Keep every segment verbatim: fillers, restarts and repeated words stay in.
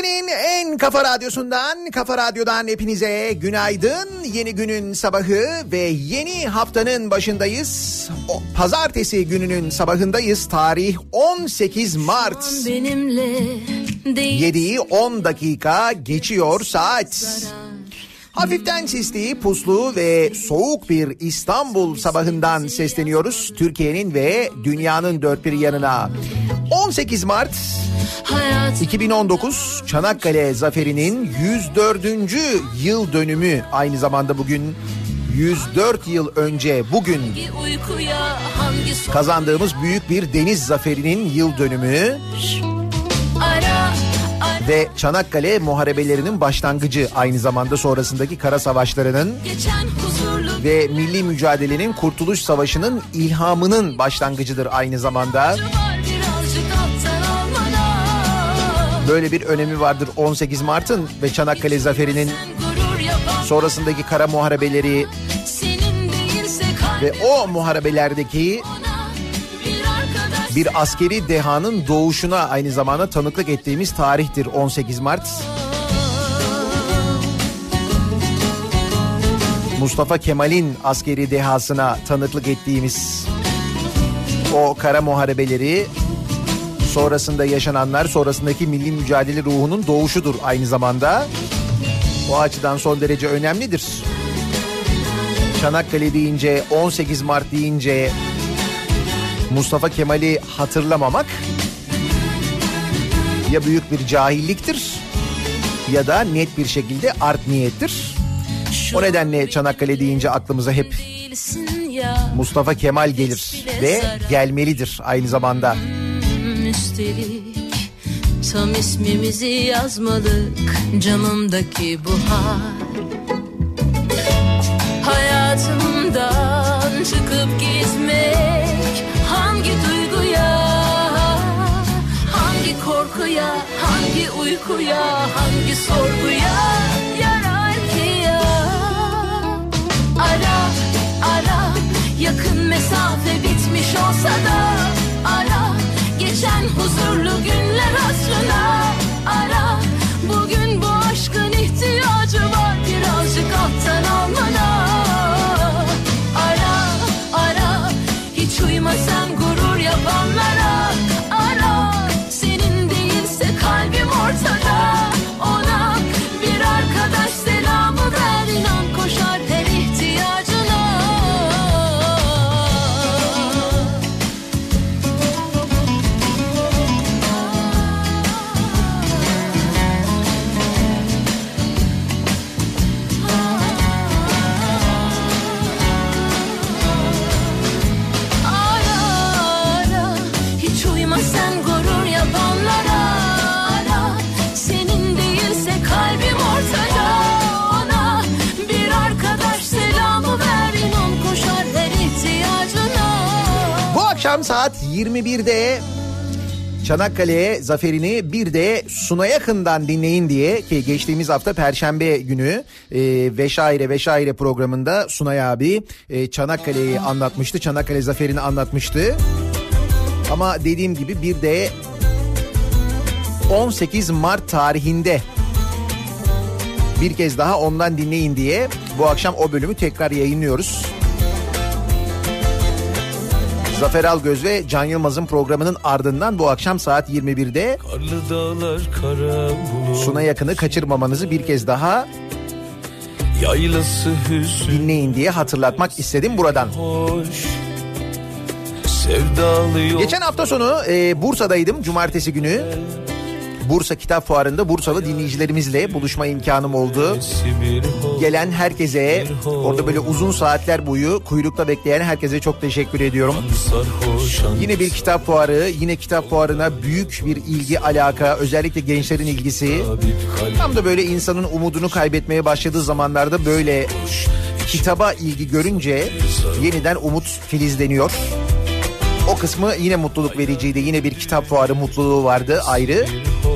Türkiye'nin en kafa radyosundan, Kafa Radyo'dan hepinize günaydın. Yeni günün sabahı ve yeni haftanın başındayız. O, pazartesi gününün sabahındayız. Tarih on sekiz Mart. yediyi on dakika geçiyor saat. Hafiften sisli, puslu ve soğuk bir İstanbul sabahından sesleniyoruz. Türkiye'nin ve dünyanın dört bir yanına. on sekiz Mart iki bin on dokuz Çanakkale Zaferi'nin yüz dördüncü yıl dönümü. Aynı zamanda bugün yüz dört yıl önce bugün kazandığımız büyük bir deniz zaferinin yıl dönümü. Ve Çanakkale muharebelerinin başlangıcı, aynı zamanda sonrasındaki kara savaşlarının ve milli mücadelenin, Kurtuluş Savaşı'nın ilhamının başlangıcıdır aynı zamanda. Böyle bir önemi vardır on sekiz Mart'ın ve Çanakkale Zaferi'nin, sonrasındaki kara muharebeleri ve o muharebelerdeki bir askeri dehanın doğuşuna aynı zamanda tanıklık ettiğimiz tarihtir on sekiz Mart. Mustafa Kemal'in askeri dehasına tanıklık ettiğimiz o kara muharebeleri, sonrasında yaşananlar, sonrasındaki milli mücadele ruhunun doğuşudur aynı zamanda. O açıdan son derece önemlidir. Çanakkale deyince, on sekiz Mart deyince Mustafa Kemal'i hatırlamamak ya büyük bir cahilliktir ya da net bir şekilde art niyettir. O nedenle Çanakkale deyince aklımıza hep Mustafa Kemal gelir ve gelmelidir aynı zamanda. Üstelik tam ismimizi yazmalık camımdaki buhar. Hayatımdan çıkıp gitmek hangi duyguya, hangi korkuya, hangi uykuya, hangi sorguya yarar ki ya? Ara ara, yakın mesafe bitmiş olsa da ara, geçen huzurlu günler hatırına ara. Bugün bu aşkın ihtiyacı var birazcık alttan almana. Ara ara, hiç uymasan gurur yapanlara. Ara, senin değilse kalbim ortada. Ona bir arkadaş selamı ver, inan koşar her ihtiyacına. Akşam saat yirmi birde Çanakkale Zaferi'ni bir de Suna Yakın'dan dinleyin diye, ki geçtiğimiz hafta Perşembe günü e, Veşaire Veşaire programında Sunay abi e, Çanakkale'yi anlatmıştı. Çanakkale Zaferi'ni anlatmıştı. Ama dediğim gibi bir de on sekiz Mart tarihinde bir kez daha ondan dinleyin diye bu akşam o bölümü tekrar yayınlıyoruz. Zafer Algöz ve Can Yılmaz'ın programının ardından bu akşam saat yirmi birde dağlar, Suna Yakın'ı kaçırmamanızı bir kez daha dinleyin diye hatırlatmak istedim buradan. Geçen hafta sonu e, Bursa'daydım, cumartesi günü. Bursa Kitap Fuarı'nda Bursalı dinleyicilerimizle buluşma imkanım oldu. Gelen herkese, orada böyle uzun saatler boyu kuyrukta bekleyen herkese çok teşekkür ediyorum. Yine bir kitap fuarı, yine kitap fuarına büyük bir ilgi, alaka, özellikle gençlerin ilgisi. Tam da böyle insanın umudunu kaybetmeye başladığı zamanlarda böyle kitaba ilgi görünce yeniden umut filizleniyor. O kısmı yine mutluluk vericiydi. Yine bir kitap fuarı mutluluğu vardı ayrı.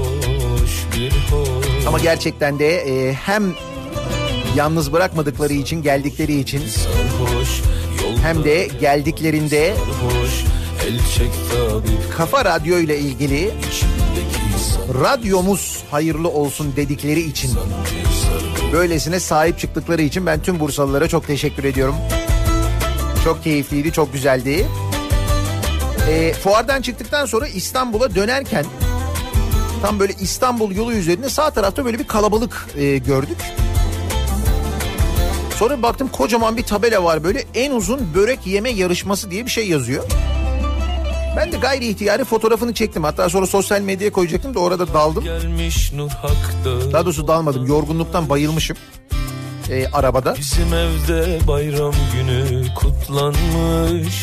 Ama gerçekten de e, hem yalnız bırakmadıkları için, geldikleri için, hem de geldiklerinde Kafa Radyo ile ilgili radyomuz hayırlı olsun dedikleri için, böylesine sahip çıktıkları için ben tüm Bursalılara çok teşekkür ediyorum. Çok keyifliydi, çok güzeldi. E, fuardan çıktıktan sonra İstanbul'a dönerken tam böyle İstanbul yolu üzerinde sağ tarafta böyle bir kalabalık e, gördük. Sonra bir baktım kocaman bir tabela var böyle, en uzun börek yeme yarışması diye bir şey yazıyor. Ben de gayri ihtiyari fotoğrafını çektim. Hatta sonra sosyal medyaya koyacaktım da orada daldım. Daha doğrusu dalmadım, yorgunluktan bayılmışım e, arabada. Bizim evde bayram günü kutlanmış.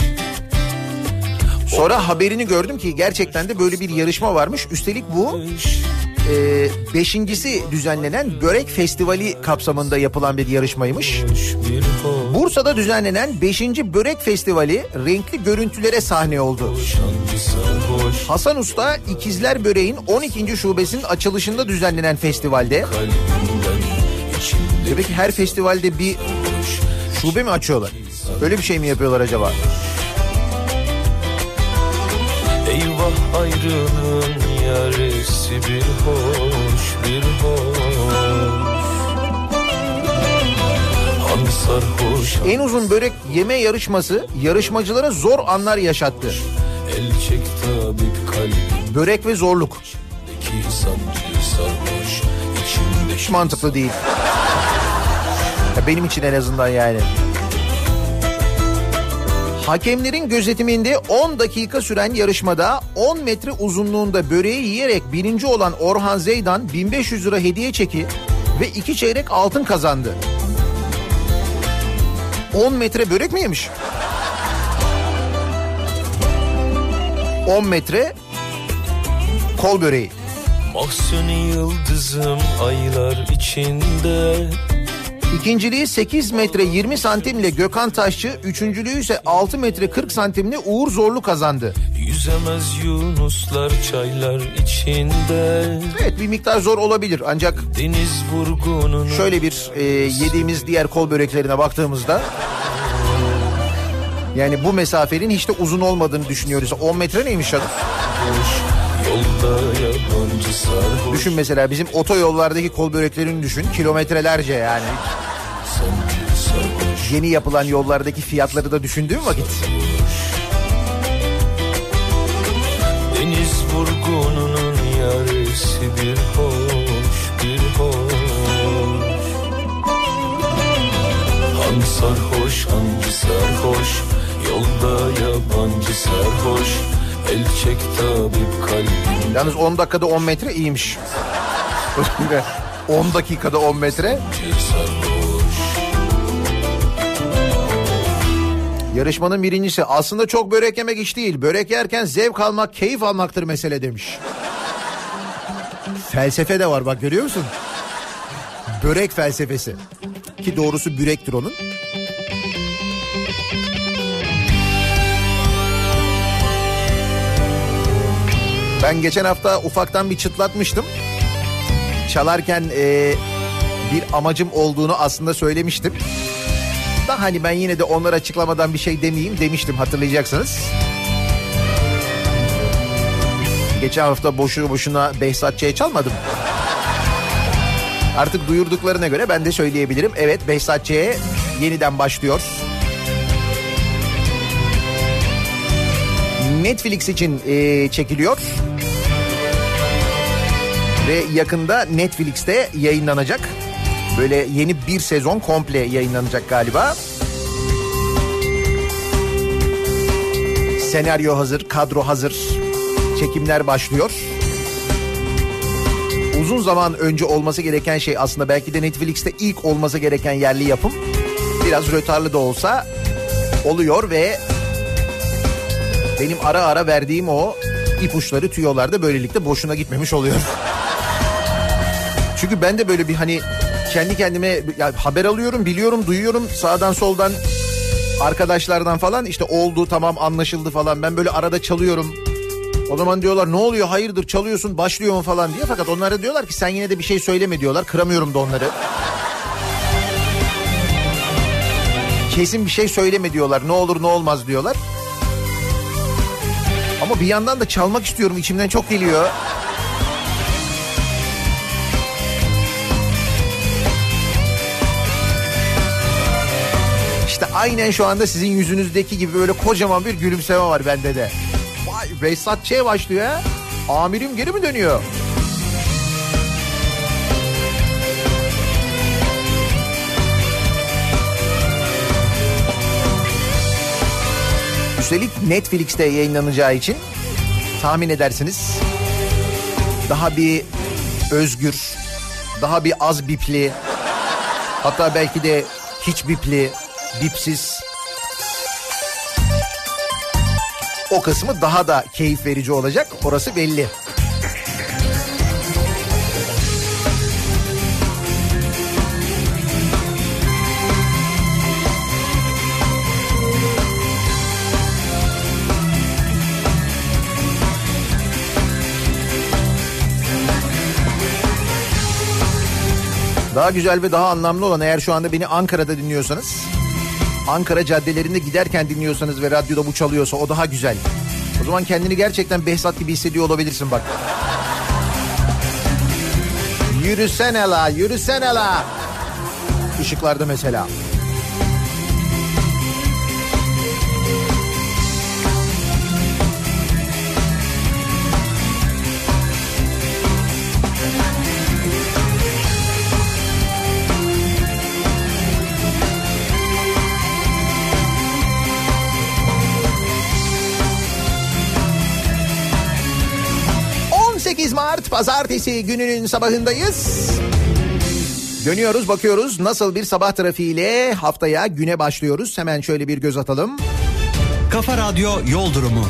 Sonra haberini gördüm ki gerçekten de böyle bir yarışma varmış. Üstelik bu e, beşincisi düzenlenen Börek Festivali kapsamında yapılan bir yarışmaymış. Bursa'da düzenlenen beşinci Börek Festivali renkli görüntülere sahne oldu. Hasan Usta İkizler Böreğin on ikinci şubesinin açılışında düzenlenen festivalde. Demek ki her festivalde bir şube mi açıyorlar? Öyle bir şey mi yapıyorlar acaba? Eyvah ayrılığın yaresi bir hoş bir hoş. Han sarhoş. En uzun börek yeme yarışması yarışmacılara zor anlar yaşattı. El çek tabip kalbim. Börek ve zorluk. Sarhoş, hiç mantıklı değil. Ya benim için en azından yani. Hakemlerin gözetiminde on dakika süren yarışmada on metre uzunluğunda böreği yiyerek birinci olan Orhan Zeydan bin beş yüz lira hediye çeki ve iki çeyrek altın kazandı. on metre börek mi yemiş? on metre kol böreği. Mahsuni yıldızım aylar içinde. İkinciliği sekiz metre yirmi santimle Gökhan Taşçı, üçüncülüğü ise altı metre kırk santimle Uğur Zorlu kazandı. Yüzemez yunuslar çaylar içinde. Evet, bir miktar zor olabilir ancak deniz vurgununu şöyle bir e, yediğimiz diğer kol böreklerine baktığımızda yani bu mesafenin hiç de uzun olmadığını düşünüyoruz. on metre neymiş canım? Düşün mesela bizim otoyollardaki kol böreklerini düşün. Kilometrelerce yani. Yeni yapılan yollardaki fiyatları da düşündüğüm vakit. Deniz vurgununun yarısı bir hoş bir hoş. Hangi sarhoş hangi sarhoş, yolda yabancı sarhoş. El çek tabip kalbim. Yalnız on dakikada on metre iyiymiş. on dakikada on metre. Yarışmanın birincisi aslında çok börek yemek iş değil. Börek yerken zevk almak, keyif almaktır mesele demiş. Felsefe de var bak, görüyor musun? Börek felsefesi. Ki doğrusu bürektir onun. Ben geçen hafta ufaktan bir çıtlatmıştım. Çalarken e, bir amacım olduğunu aslında söylemiştim. Da hani ben yine de onlara açıklamadan bir şey demeyeyim demiştim, hatırlayacaksınız. Geçen hafta boşu boşuna Behzat Ç'ye çalmadım. Artık duyurduklarına göre ben de söyleyebilirim. Evet, Behzat Ç'ye yeniden başlıyor. Netflix için e, çekiliyor. Ve yakında Netflix'te yayınlanacak. Böyle yeni bir sezon komple yayınlanacak galiba. Senaryo hazır, kadro hazır. Çekimler başlıyor. Uzun zaman önce olması gereken şey, aslında belki de Netflix'te ilk olması gereken yerli yapım. Biraz rötarlı da olsa oluyor ve benim ara ara verdiğim o ipuçları, tüyolar da böylelikle boşuna gitmemiş oluyor. Çünkü ben de böyle bir hani kendi kendime ya, haber alıyorum, biliyorum, duyuyorum sağdan soldan arkadaşlardan falan, işte oldu, tamam, anlaşıldı falan. Ben böyle arada çalıyorum. O zaman diyorlar ne oluyor, hayırdır çalıyorsun, başlıyor mu falan diye. Fakat onlar da diyorlar ki sen yine de bir şey söyleme diyorlar. Kıramıyorum da onları. Kesin bir şey söyleme diyorlar. Ne olur ne olmaz diyorlar. Ama bir yandan da çalmak istiyorum. İçimden çok geliyor. Aynen şu anda sizin yüzünüzdeki gibi böyle kocaman bir gülümseme var bende de. Vay, Behzat Ç. başlıyor ha. Amirim geri mi dönüyor? Üstelik Netflix'te yayınlanacağı için tahmin edersiniz daha bir özgür, daha bir az bipli, hatta belki de hiç bipli, bipsiz, o kısmı daha da keyif verici olacak, orası belli. Daha güzel ve daha anlamlı olan, eğer şu anda beni Ankara'da dinliyorsanız, Ankara caddelerinde giderken dinliyorsanız ve radyoda bu çalıyorsa o daha güzel. O zaman kendini gerçekten Behzat gibi hissediyor olabilirsin bak. Yürüsene la, yürüsene la. Işıklarda mesela. on sekiz Mart Pazartesi gününün sabahındayız. Dönüyoruz, bakıyoruz nasıl bir sabah trafiğiyle haftaya güne başlıyoruz. Hemen şöyle bir göz atalım. Kafa Radyo Yol Durumu.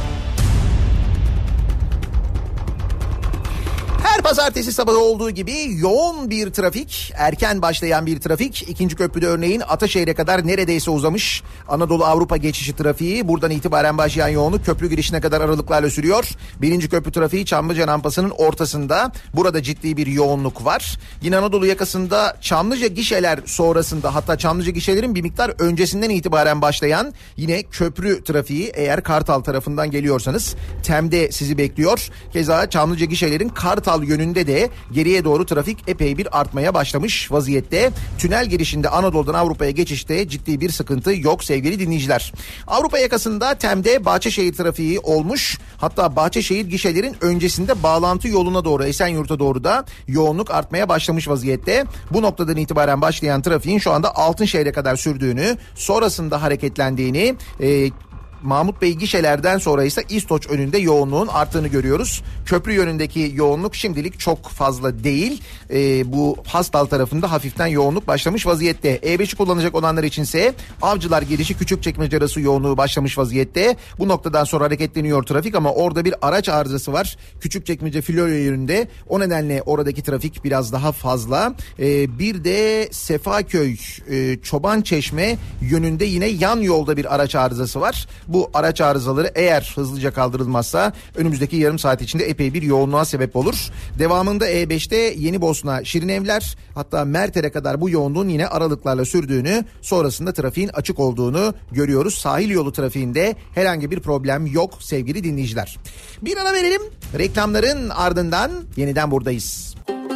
Her pazartesi sabahı olduğu gibi yoğun bir trafik, erken başlayan bir trafik. İkinci köprüde örneğin Ataşehir'e kadar neredeyse uzamış. Anadolu Avrupa geçişi trafiği, buradan itibaren başlayan yoğunluk köprü girişine kadar aralıklarla sürüyor. Birinci köprü trafiği Çamlıca rampasının ortasında. Burada ciddi bir yoğunluk var. Yine Anadolu yakasında Çamlıca gişeler sonrasında, hatta Çamlıca gişelerin bir miktar öncesinden itibaren başlayan yine köprü trafiği, eğer Kartal tarafından geliyorsanız Tem'de sizi bekliyor. Keza Çamlıca gişelerin Kartal yönünde de geriye doğru trafik epey bir artmaya başlamış vaziyette. Tünel girişinde Anadolu'dan Avrupa'ya geçişte ciddi bir sıkıntı yok sevgili dinleyiciler. Avrupa yakasında Tem'de Bahçeşehir trafiği olmuş. Hatta Bahçeşehir gişelerin öncesinde bağlantı yoluna doğru, Esenyurt'a doğru da yoğunluk artmaya başlamış vaziyette. Bu noktadan itibaren başlayan trafiğin şu anda Altınşehir'e kadar sürdüğünü, sonrasında hareketlendiğini, e, Mahmut Bey gişelerden sonra ise İstoç önünde yoğunluğun arttığını görüyoruz. Köprü yönündeki yoğunluk şimdilik çok fazla değil. Ee, bu Hastal tarafında hafiften yoğunluk başlamış vaziyette. E beşi kullanacak olanlar içinse Avcılar girişi Küçükçekmece arası yoğunluğu başlamış vaziyette. Bu noktadan sonra hareketleniyor trafik ama orada bir araç arızası var. Küçükçekmece Florya yönünde. O nedenle oradaki trafik biraz daha fazla. Ee, bir de Sefaköy, e, Çobançeşme yönünde yine yan yolda bir araç arızası var. Bu araç arızaları eğer hızlıca kaldırılmazsa önümüzdeki yarım saat içinde epey bir yoğunluğa sebep olur. Devamında E beşte Yenibosna, Şirinevler, hatta Merter'e kadar bu yoğunluğun yine aralıklarla sürdüğünü, sonrasında trafiğin açık olduğunu görüyoruz. Sahil yolu trafiğinde herhangi bir problem yok sevgili dinleyiciler. Bir ara verelim. Reklamların ardından yeniden buradayız.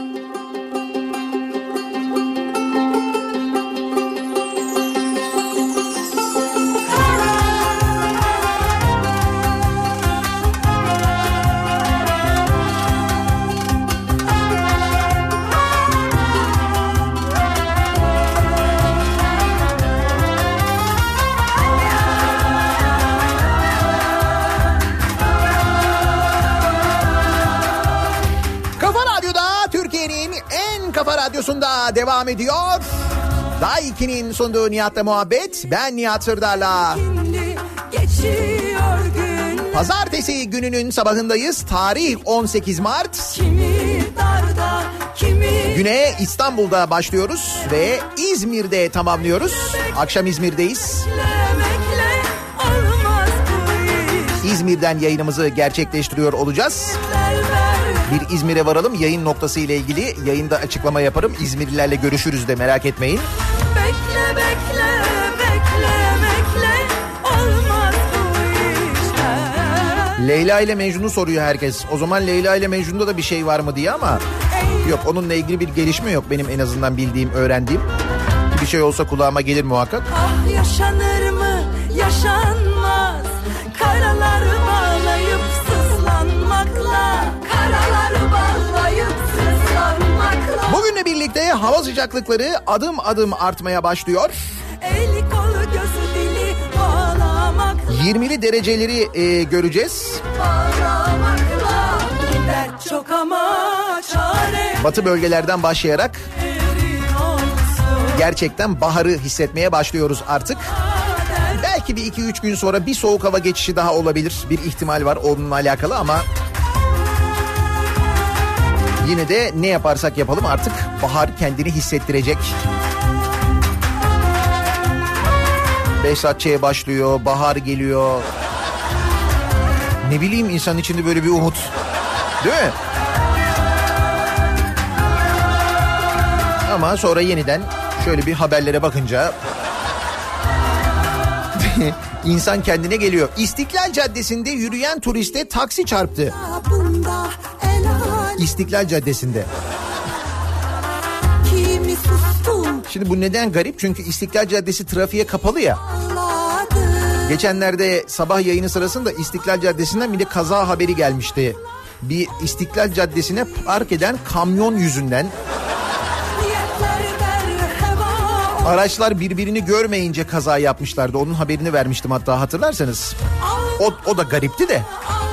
Radyosunda devam ediyor. Daiki'nin sunduğu Nihat'la muhabbet. Ben Nihat Sırdar'la. Pazartesi gününün sabahındayız. Tarih on sekiz Mart. Kimi darda, kimi... Güne İstanbul'da başlıyoruz ve İzmir'de tamamlıyoruz. Akşam İzmir'deyiz. İzmir'den yayınımızı gerçekleştiriyor olacağız. Bir İzmir'e varalım, yayın noktası ile ilgili yayında açıklama yaparım. İzmirlilerle görüşürüz de, merak etmeyin. Bekle bekle bekle bekle olmaz bu işler. Leyla ile Mecnun'u soruyor herkes. O zaman Leyla ile Mecnun'da da bir şey var mı diye, ama yok, onunla ilgili bir gelişme yok benim en azından bildiğim, öğrendiğim. Bir şey olsa kulağıma gelir muhakkak. Ah yaşanır mı yaşanmaz, karaları bağlayıp sızlanmakla, karaları bağlayıp sızlanmakla. Bugünle birlikte hava sıcaklıkları adım adım artmaya başlıyor. Eli kolu gözü dili bağlamakla, yirmili dereceleri e, göreceğiz. bağlamakla. Dert çok ama çare Batı bölgelerden başlayarak gerçekten baharı hissetmeye başlıyoruz artık. Belki bir iki üç gün sonra bir soğuk hava geçişi daha olabilir. Bir ihtimal var onunla alakalı ama yine de ne yaparsak yapalım artık bahar kendini hissettirecek. Behzatçı'ya başlıyor, bahar geliyor. Ne bileyim, insan içinde böyle bir umut. Değil mi? Ama sonra yeniden şöyle bir haberlere bakınca insan kendine geliyor. İstiklal Caddesi'nde yürüyen turiste taksi çarptı. İstiklal Caddesi'nde. Şimdi bu neden garip? Çünkü İstiklal Caddesi trafiğe kapalı ya. Geçenlerde sabah yayını sırasında İstiklal Caddesi'nden bir de kaza haberi gelmişti. Bir İstiklal Caddesi'ne park eden kamyon yüzünden araçlar birbirini görmeyince kaza yapmışlardı. Onun haberini vermiştim hatta, hatırlarsanız. O, o da garipti de.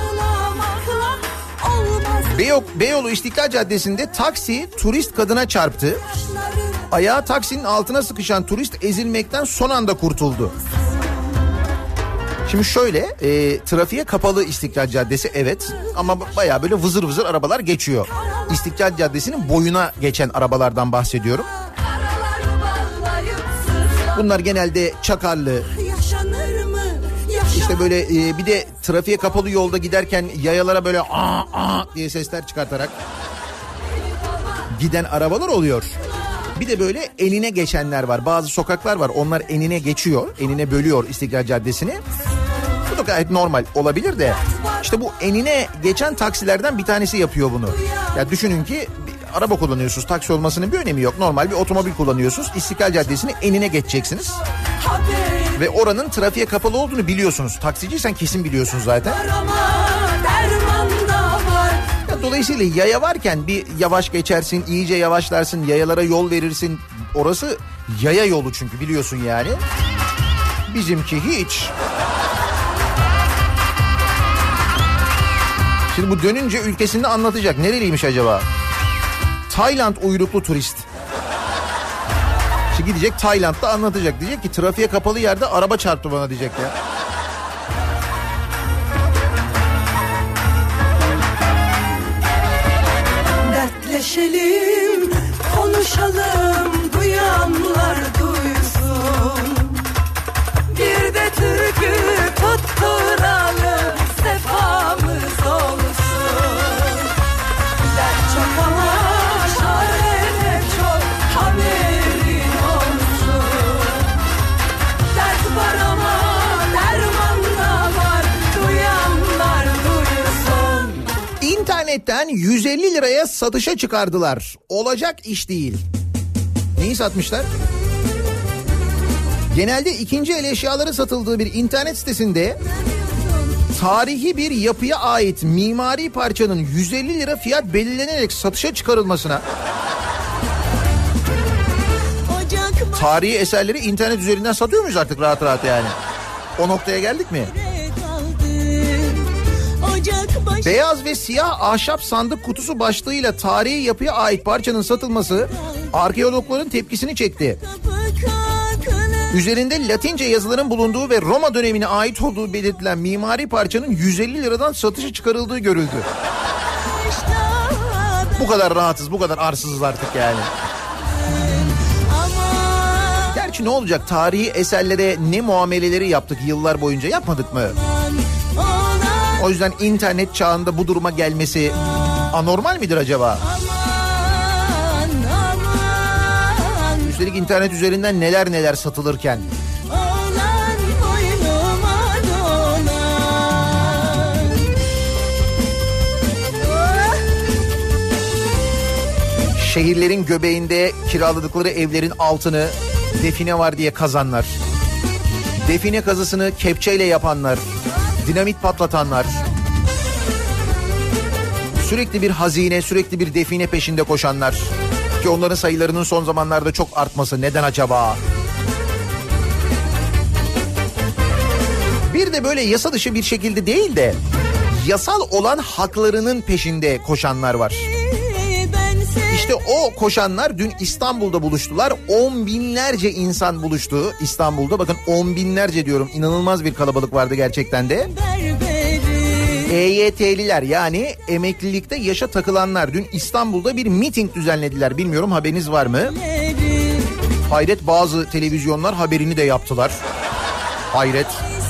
Beyoğlu, Beyoğlu İstiklal Caddesi'nde taksi turist kadına çarptı. Ayağı taksinin altına sıkışan turist ezilmekten son anda kurtuldu. Şimdi şöyle, e, trafiğe kapalı İstiklal Caddesi, evet, ama bayağı böyle vızır vızır arabalar geçiyor. İstiklal Caddesi'nin boyuna geçen arabalardan bahsediyorum. Bunlar genelde çakarlı. İşte böyle e, bir de trafiğe kapalı yolda giderken yayalara böyle aa aa diye sesler çıkartarak giden arabalar oluyor. Bir de böyle enine geçenler var. Bazı sokaklar var, onlar enine geçiyor. Enine bölüyor İstiklal Caddesi'ni. Bu da gayet normal olabilir de. İşte bu enine geçen taksilerden bir tanesi yapıyor bunu. Ya düşünün ki bir araba kullanıyorsunuz. Taksi olmasının bir önemi yok. Normal bir otomobil kullanıyorsunuz. İstiklal Caddesi'ni enine geçeceksiniz. Ve oranın trafiğe kapalı olduğunu biliyorsunuz. Taksiciysen kesin biliyorsunuz zaten. Ya dolayısıyla yaya varken bir yavaş geçersin, iyice yavaşlarsın, yayalara yol verirsin. Orası yaya yolu çünkü, biliyorsun yani. Bizimki hiç. Şimdi bu dönünce ülkesinde anlatacak. Nereliymiş acaba? Tayland uyruklu turist. Şimdi gidecek Tayland'da anlatacak. Diyecek ki trafiğe kapalı yerde araba çarptı bana diyecek ya. Dertleşelim, konuşalım, duyanlar duysun. Bir de türkü tutturalım, sefamız olsun. Dert çok ama çare çok, haberin olsun. Dert var ama derman da var, duyanlar duysun. İnternetten yüz elli liraya satışa çıkardılar. Olacak iş değil. Neyi satmışlar? Genelde ikinci el eşyaları satıldığı bir internet sitesinde tarihi bir yapıya ait mimari parçanın yüz elli lira fiyat belirlenerek satışa çıkarılmasına, tarihi eserleri internet üzerinden satıyor muyuz artık rahat rahat yani? O noktaya geldik mi? Beyaz ve siyah ahşap sandık kutusu başlığıyla tarihi yapıya ait parçanın satılması arkeologların tepkisini çekti. Üzerinde Latince yazıların bulunduğu ve Roma dönemine ait olduğu belirtilen mimari parçanın yüz elli liradan satışa çıkarıldığı görüldü. Bu kadar rahatsız, bu kadar arsızız artık yani. Gerçi ne olacak, tarihi eserlere ne muameleleri yaptık yıllar boyunca, yapmadık mı? O yüzden internet çağında bu duruma gelmesi anormal midir acaba? Üstelik internet üzerinden neler neler satılırken. Şehirlerin göbeğinde kiraladıkları evlerin altını define var diye kazanlar, define kazısını kepçeyle yapanlar, dinamit patlatanlar, sürekli bir hazine, sürekli bir define peşinde koşanlar ki onların sayılarının son zamanlarda çok artması neden acaba? Bir de böyle yasa dışı bir şekilde değil de yasal olan haklarının peşinde koşanlar var. İşte o koşanlar dün İstanbul'da buluştular. On binlerce insan buluştu İstanbul'da. Bakın on binlerce diyorum, inanılmaz bir kalabalık vardı gerçekten de. E Y T'liler yani emeklilikte yaşa takılanlar dün İstanbul'da bir miting düzenlediler. Bilmiyorum haberiniz var mı? Hayret, bazı televizyonlar haberini de yaptılar. Hayret.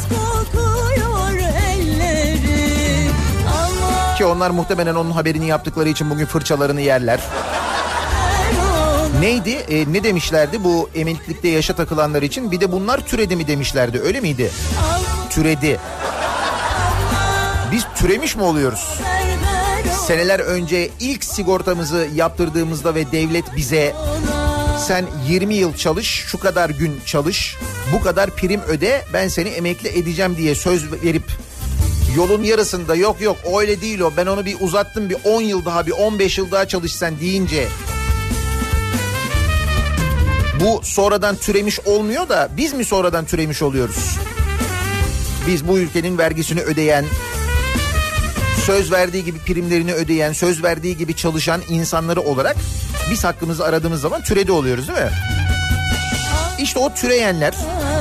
Ki onlar muhtemelen onun haberini yaptıkları için bugün fırçalarını yerler. Neydi? E, ne demişlerdi bu emeklilikte yaşa takılanlar için? Bir de bunlar türedi mi demişlerdi, öyle miydi? Türedi. Biz türemiş mi oluyoruz? Seneler önce ilk sigortamızı yaptırdığımızda ve devlet bize sen yirmi yıl çalış, şu kadar gün çalış, bu kadar prim öde, ben seni emekli edeceğim diye söz verip yolun yarısında yok yok öyle değil o, ben onu bir uzattım, bir on yıl daha, bir on beş yıl daha çalış sen deyince bu sonradan türemiş olmuyor da biz mi sonradan türemiş oluyoruz? Biz bu ülkenin vergisini ödeyen, söz verdiği gibi primlerini ödeyen, söz verdiği gibi çalışan insanları olarak biz hakkımızı aradığımız zaman türedi oluyoruz değil mi? İşte o türeyenler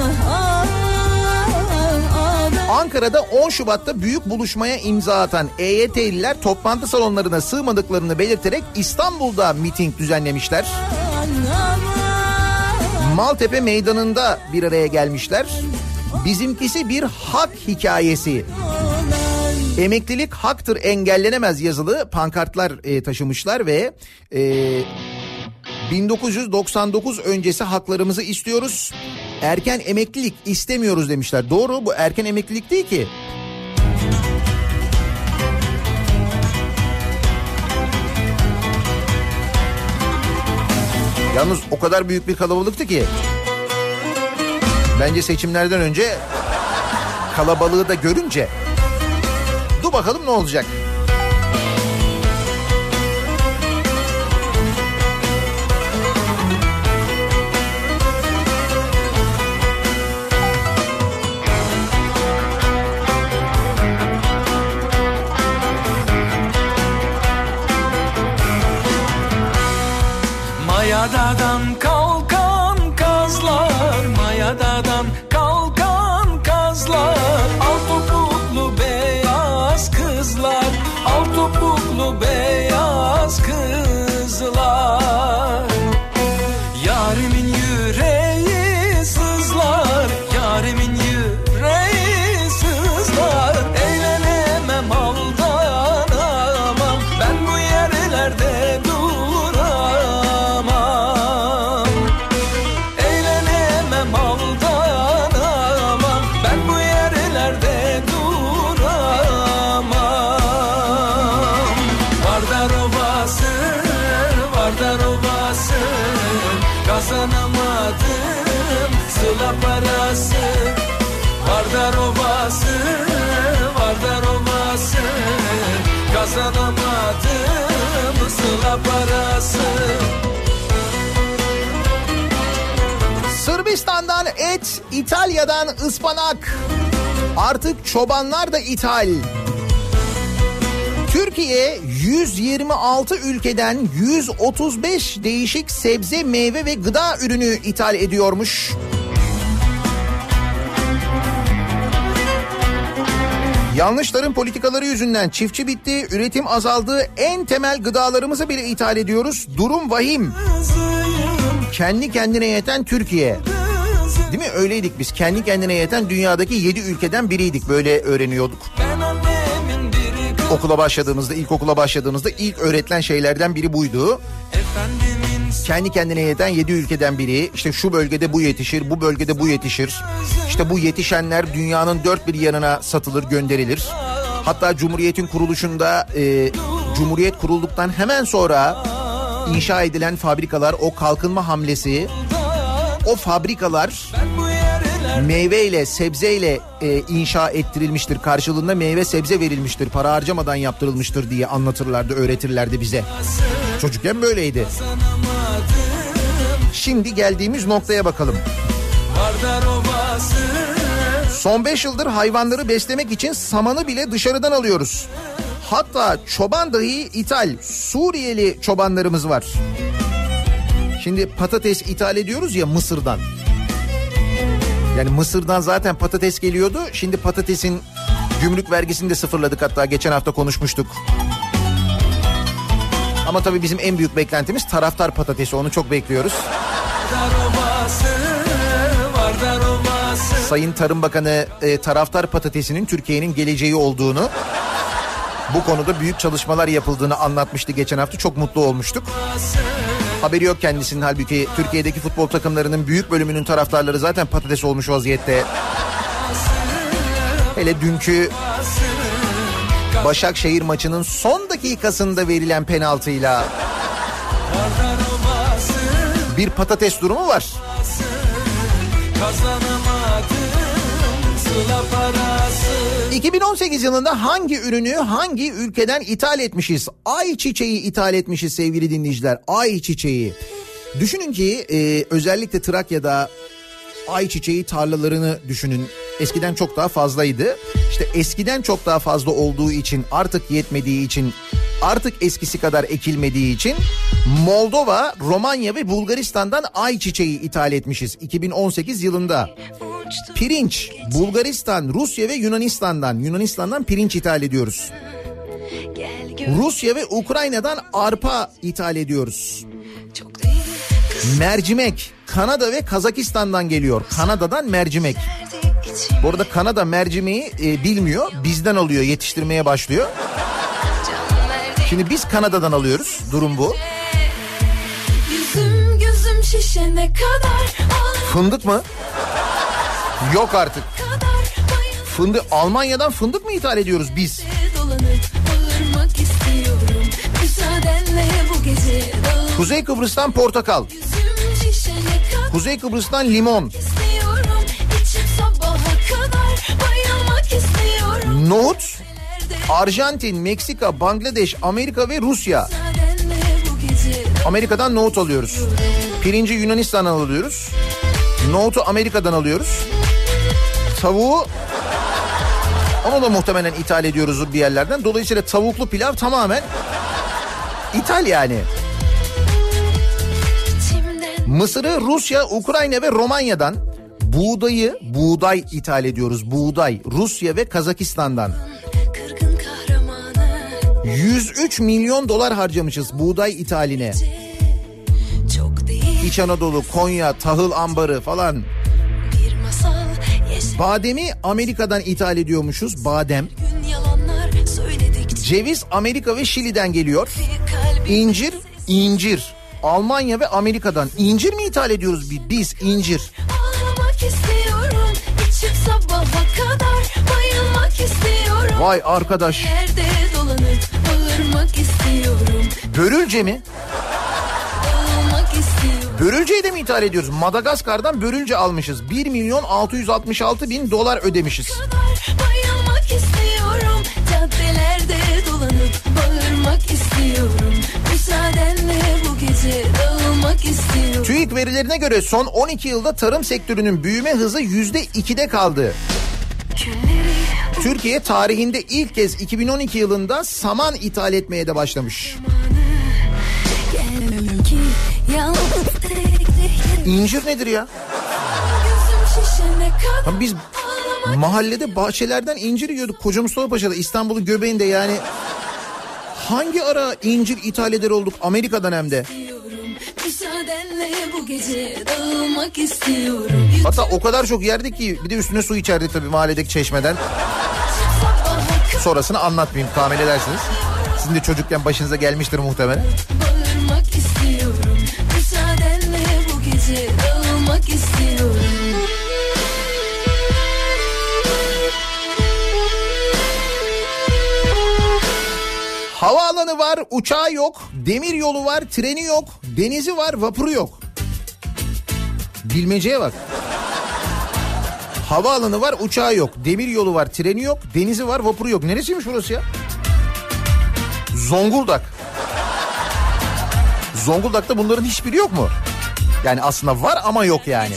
Ankara'da on Şubat'ta büyük buluşmaya imza atan E Y T'liler toplantı salonlarına sığmadıklarını belirterek İstanbul'da miting düzenlemişler. Maltepe Meydanı'nda bir araya gelmişler. Bizimkisi bir hak hikayesi. Emeklilik haktır, engellenemez yazılı pankartlar e, taşımışlar ve e, bin dokuz yüz doksan dokuz öncesi haklarımızı istiyoruz. Erken emeklilik istemiyoruz demişler. Doğru, bu erken emeklilik değil ki. Yalnız o kadar büyük bir kalabalıktı ki bence seçimlerden önce kalabalığı da görünce dur bakalım ne olacak. Mayadadan kalkan kazlar, mayadadan kalkan kazlar, al topuklu beyaz kızlar, al topuklu beyaz kızlar. Yarimin yüreği sızlar, yarimin yüreği sızlar, eğlenemem aldanamam, ben bu yerlerde duramam. Eğlenemem aldanamam, ben bu yerlerde duramam. Vardar Ovası, Vardar Ovası, kazanamadım sıla parası. Vardar Ovası, Vardar Ovası, kazanamadım sıla parası. Sırbistan'dan et, İtalya'dan ıspanak. Artık çobanlar da ithal. Türkiye yüz yirmi altı ülkeden yüz otuz beş değişik sebze, meyve ve gıda ürünü ithal ediyormuş. Yanlış tarım politikaları yüzünden çiftçi bitti, üretim azaldı, en temel gıdalarımızı bile ithal ediyoruz. Durum vahim. Kendi kendine yeten Türkiye. Değil mi? Öyleydik biz. Kendi kendine yeten dünyadaki yedi ülkeden biriydik. Böyle öğreniyorduk. Okula başladığımızda, ilkokula başladığımızda ilk öğretilen şeylerden biri buydu. Kendi kendine yeten yedi ülkeden biri. İşte şu bölgede bu yetişir, bu bölgede bu yetişir. İşte bu yetişenler dünyanın dört bir yanına satılır, gönderilir. Hatta Cumhuriyet'in kuruluşunda, e, Cumhuriyet kurulduktan hemen sonra inşa edilen fabrikalar, o kalkınma hamlesi o fabrikalar meyveyle, sebzeyle e, inşa ettirilmiştir. Karşılığında meyve sebze verilmiştir. Para harcamadan yaptırılmıştır diye anlatırlardı, öğretirlerdi bize. Çocukken böyleydi. Şimdi geldiğimiz noktaya bakalım. Son beş yıldır hayvanları beslemek için samanı bile dışarıdan alıyoruz. Hatta çoban dahi ithal. Suriyeli çobanlarımız var. Şimdi patates ithal ediyoruz ya Mısır'dan. Yani Mısır'dan zaten patates geliyordu. Şimdi patatesin gümrük vergisini de sıfırladık, hatta geçen hafta konuşmuştuk. Ama tabii bizim en büyük beklentimiz taraftar patatesi, onu çok bekliyoruz. Sayın Tarım Bakanı e, taraftar patatesinin Türkiye'nin geleceği olduğunu, bu konuda büyük çalışmalar yapıldığını anlatmıştı geçen hafta. Çok mutlu olmuştuk. Haberi yok kendisinin, halbuki Türkiye'deki futbol takımlarının büyük bölümünün taraftarları zaten patates olmuş vaziyette. Hele dünkü Başakşehir maçının son dakikasında verilen penaltıyla bir patates durumu var. iki bin on sekiz yılında hangi ürünü hangi ülkeden ithal etmişiz? Ayçiçeği ithal etmişiz sevgili dinleyiciler. Ayçiçeği. Düşünün ki e, özellikle Trakya'da ayçiçeği tarlalarını düşünün. Eskiden çok daha fazlaydı. İşte eskiden çok daha fazla olduğu için, artık yetmediği için, artık eskisi kadar ekilmediği için Moldova, Romanya ve Bulgaristan'dan ayçiçeği ithal etmişiz iki bin on sekiz yılında. Pirinç, Bulgaristan, Rusya ve Yunanistan'dan, Yunanistan'dan pirinç ithal ediyoruz. Rusya ve Ukrayna'dan arpa ithal ediyoruz. Mercimek, Kanada ve Kazakistan'dan geliyor. Kanada'dan mercimek. Bu arada Kanada mercimeği e, bilmiyor, bizden alıyor, yetiştirmeye başlıyor. Şimdi biz Kanada'dan alıyoruz, durum bu. Yüzüm gözüm şişene kadar. Fındık mı? Yok artık. Fındık, Almanya'dan fındık mı ithal ediyoruz biz? Kuzey Kıbrıs'tan portakal. Kuzey Kıbrıs'tan limon. Nohut, Arjantin, Meksika, Bangladeş, Amerika ve Rusya. Amerika'dan nohut alıyoruz. Pirinci Yunanistan'dan alıyoruz. Nohutu Amerika'dan alıyoruz. Tavuğu, onu da muhtemelen ithal ediyoruz bir yerlerden. Dolayısıyla tavuklu pilav tamamen ithal yani. Mısır'ı Rusya, Ukrayna ve Romanya'dan, buğdayı, buğday ithal ediyoruz. Buğday, Rusya ve Kazakistan'dan. yüz üç milyon dolar harcamışız buğday ithaline. İç Anadolu, Konya, tahıl ambarı falan. Bademi Amerika'dan ithal ediyormuşuz, badem. Ceviz Amerika ve Şili'den geliyor. İncir, incir. Almanya ve Amerika'dan. İncir mi ithal ediyoruz biz? İncir. Vay arkadaş. Börülce mi? Börülceyi de mi ithal ediyoruz? Madagaskar'dan börülce almışız. bir milyon altı yüz altmış altı bin dolar ödemişiz. Bayılmak istiyorum. Caddelerde dolanıp bağırmak istiyorum. Müsaadenle bu gece dağılmak istiyorum. TÜİK verilerine göre son on iki yılda tarım sektörünün büyüme hızı yüzde ikide kaldı. Türkiye tarihinde ilk kez iki bin on iki yılında saman ithal etmeye de başlamış. İncir nedir ya? Biz mahallede bahçelerden incir yiyorduk. Koca Mustafa Paşa'da, İstanbul'un göbeğinde yani. Hangi ara incir ithal eder olduk? Amerika'dan hem de. Hatta o kadar çok yerdik ki bir de üstüne su içerdik tabii mahalledeki çeşmeden. Sonrasını anlatmayayım, tahmin edersiniz. Sizin de çocukken başınıza gelmiştir muhtemelen. Bağırmak istiyorum. Müsaadenle bu gece dağılmak istiyorum. Havaalanı var, uçağı yok, demir yolu var, treni yok, denizi var, vapuru yok. Bilmeceye bak. Havaalanı var, uçağı yok. Demir yolu var, treni yok. Denizi var, vapuru yok. Neresiymiş burası ya? Zonguldak. Zonguldak'ta bunların hiçbiri yok mu? Yani aslında var ama yok yani.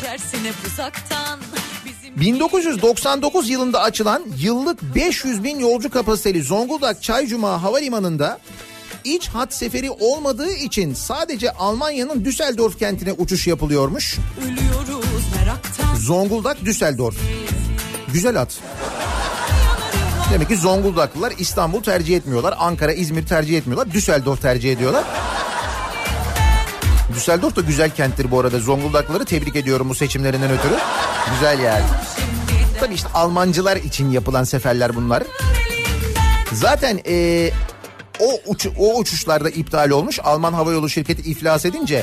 bin dokuz yüz doksan dokuz yılında açılan yıllık beş yüz bin yolcu kapasiteli Zonguldak Çaycuma Havalimanı'nda iç hat seferi olmadığı için sadece Almanya'nın Düsseldorf kentine uçuş yapılıyormuş. Zonguldak Düsseldorf. Güzel hat. Demek ki Zonguldaklılar İstanbul tercih etmiyorlar. Ankara, İzmir tercih etmiyorlar. Düsseldorf tercih ediyorlar. Düsseldorf da güzel kenttir bu arada. Zonguldaklıları tebrik ediyorum bu seçimlerinden ötürü. Güzel yani. Tabii işte Almancılar için yapılan seferler bunlar. Zaten ee, o, uç, o uçuşlarda iptal olmuş. Alman havayolu şirketi iflas edince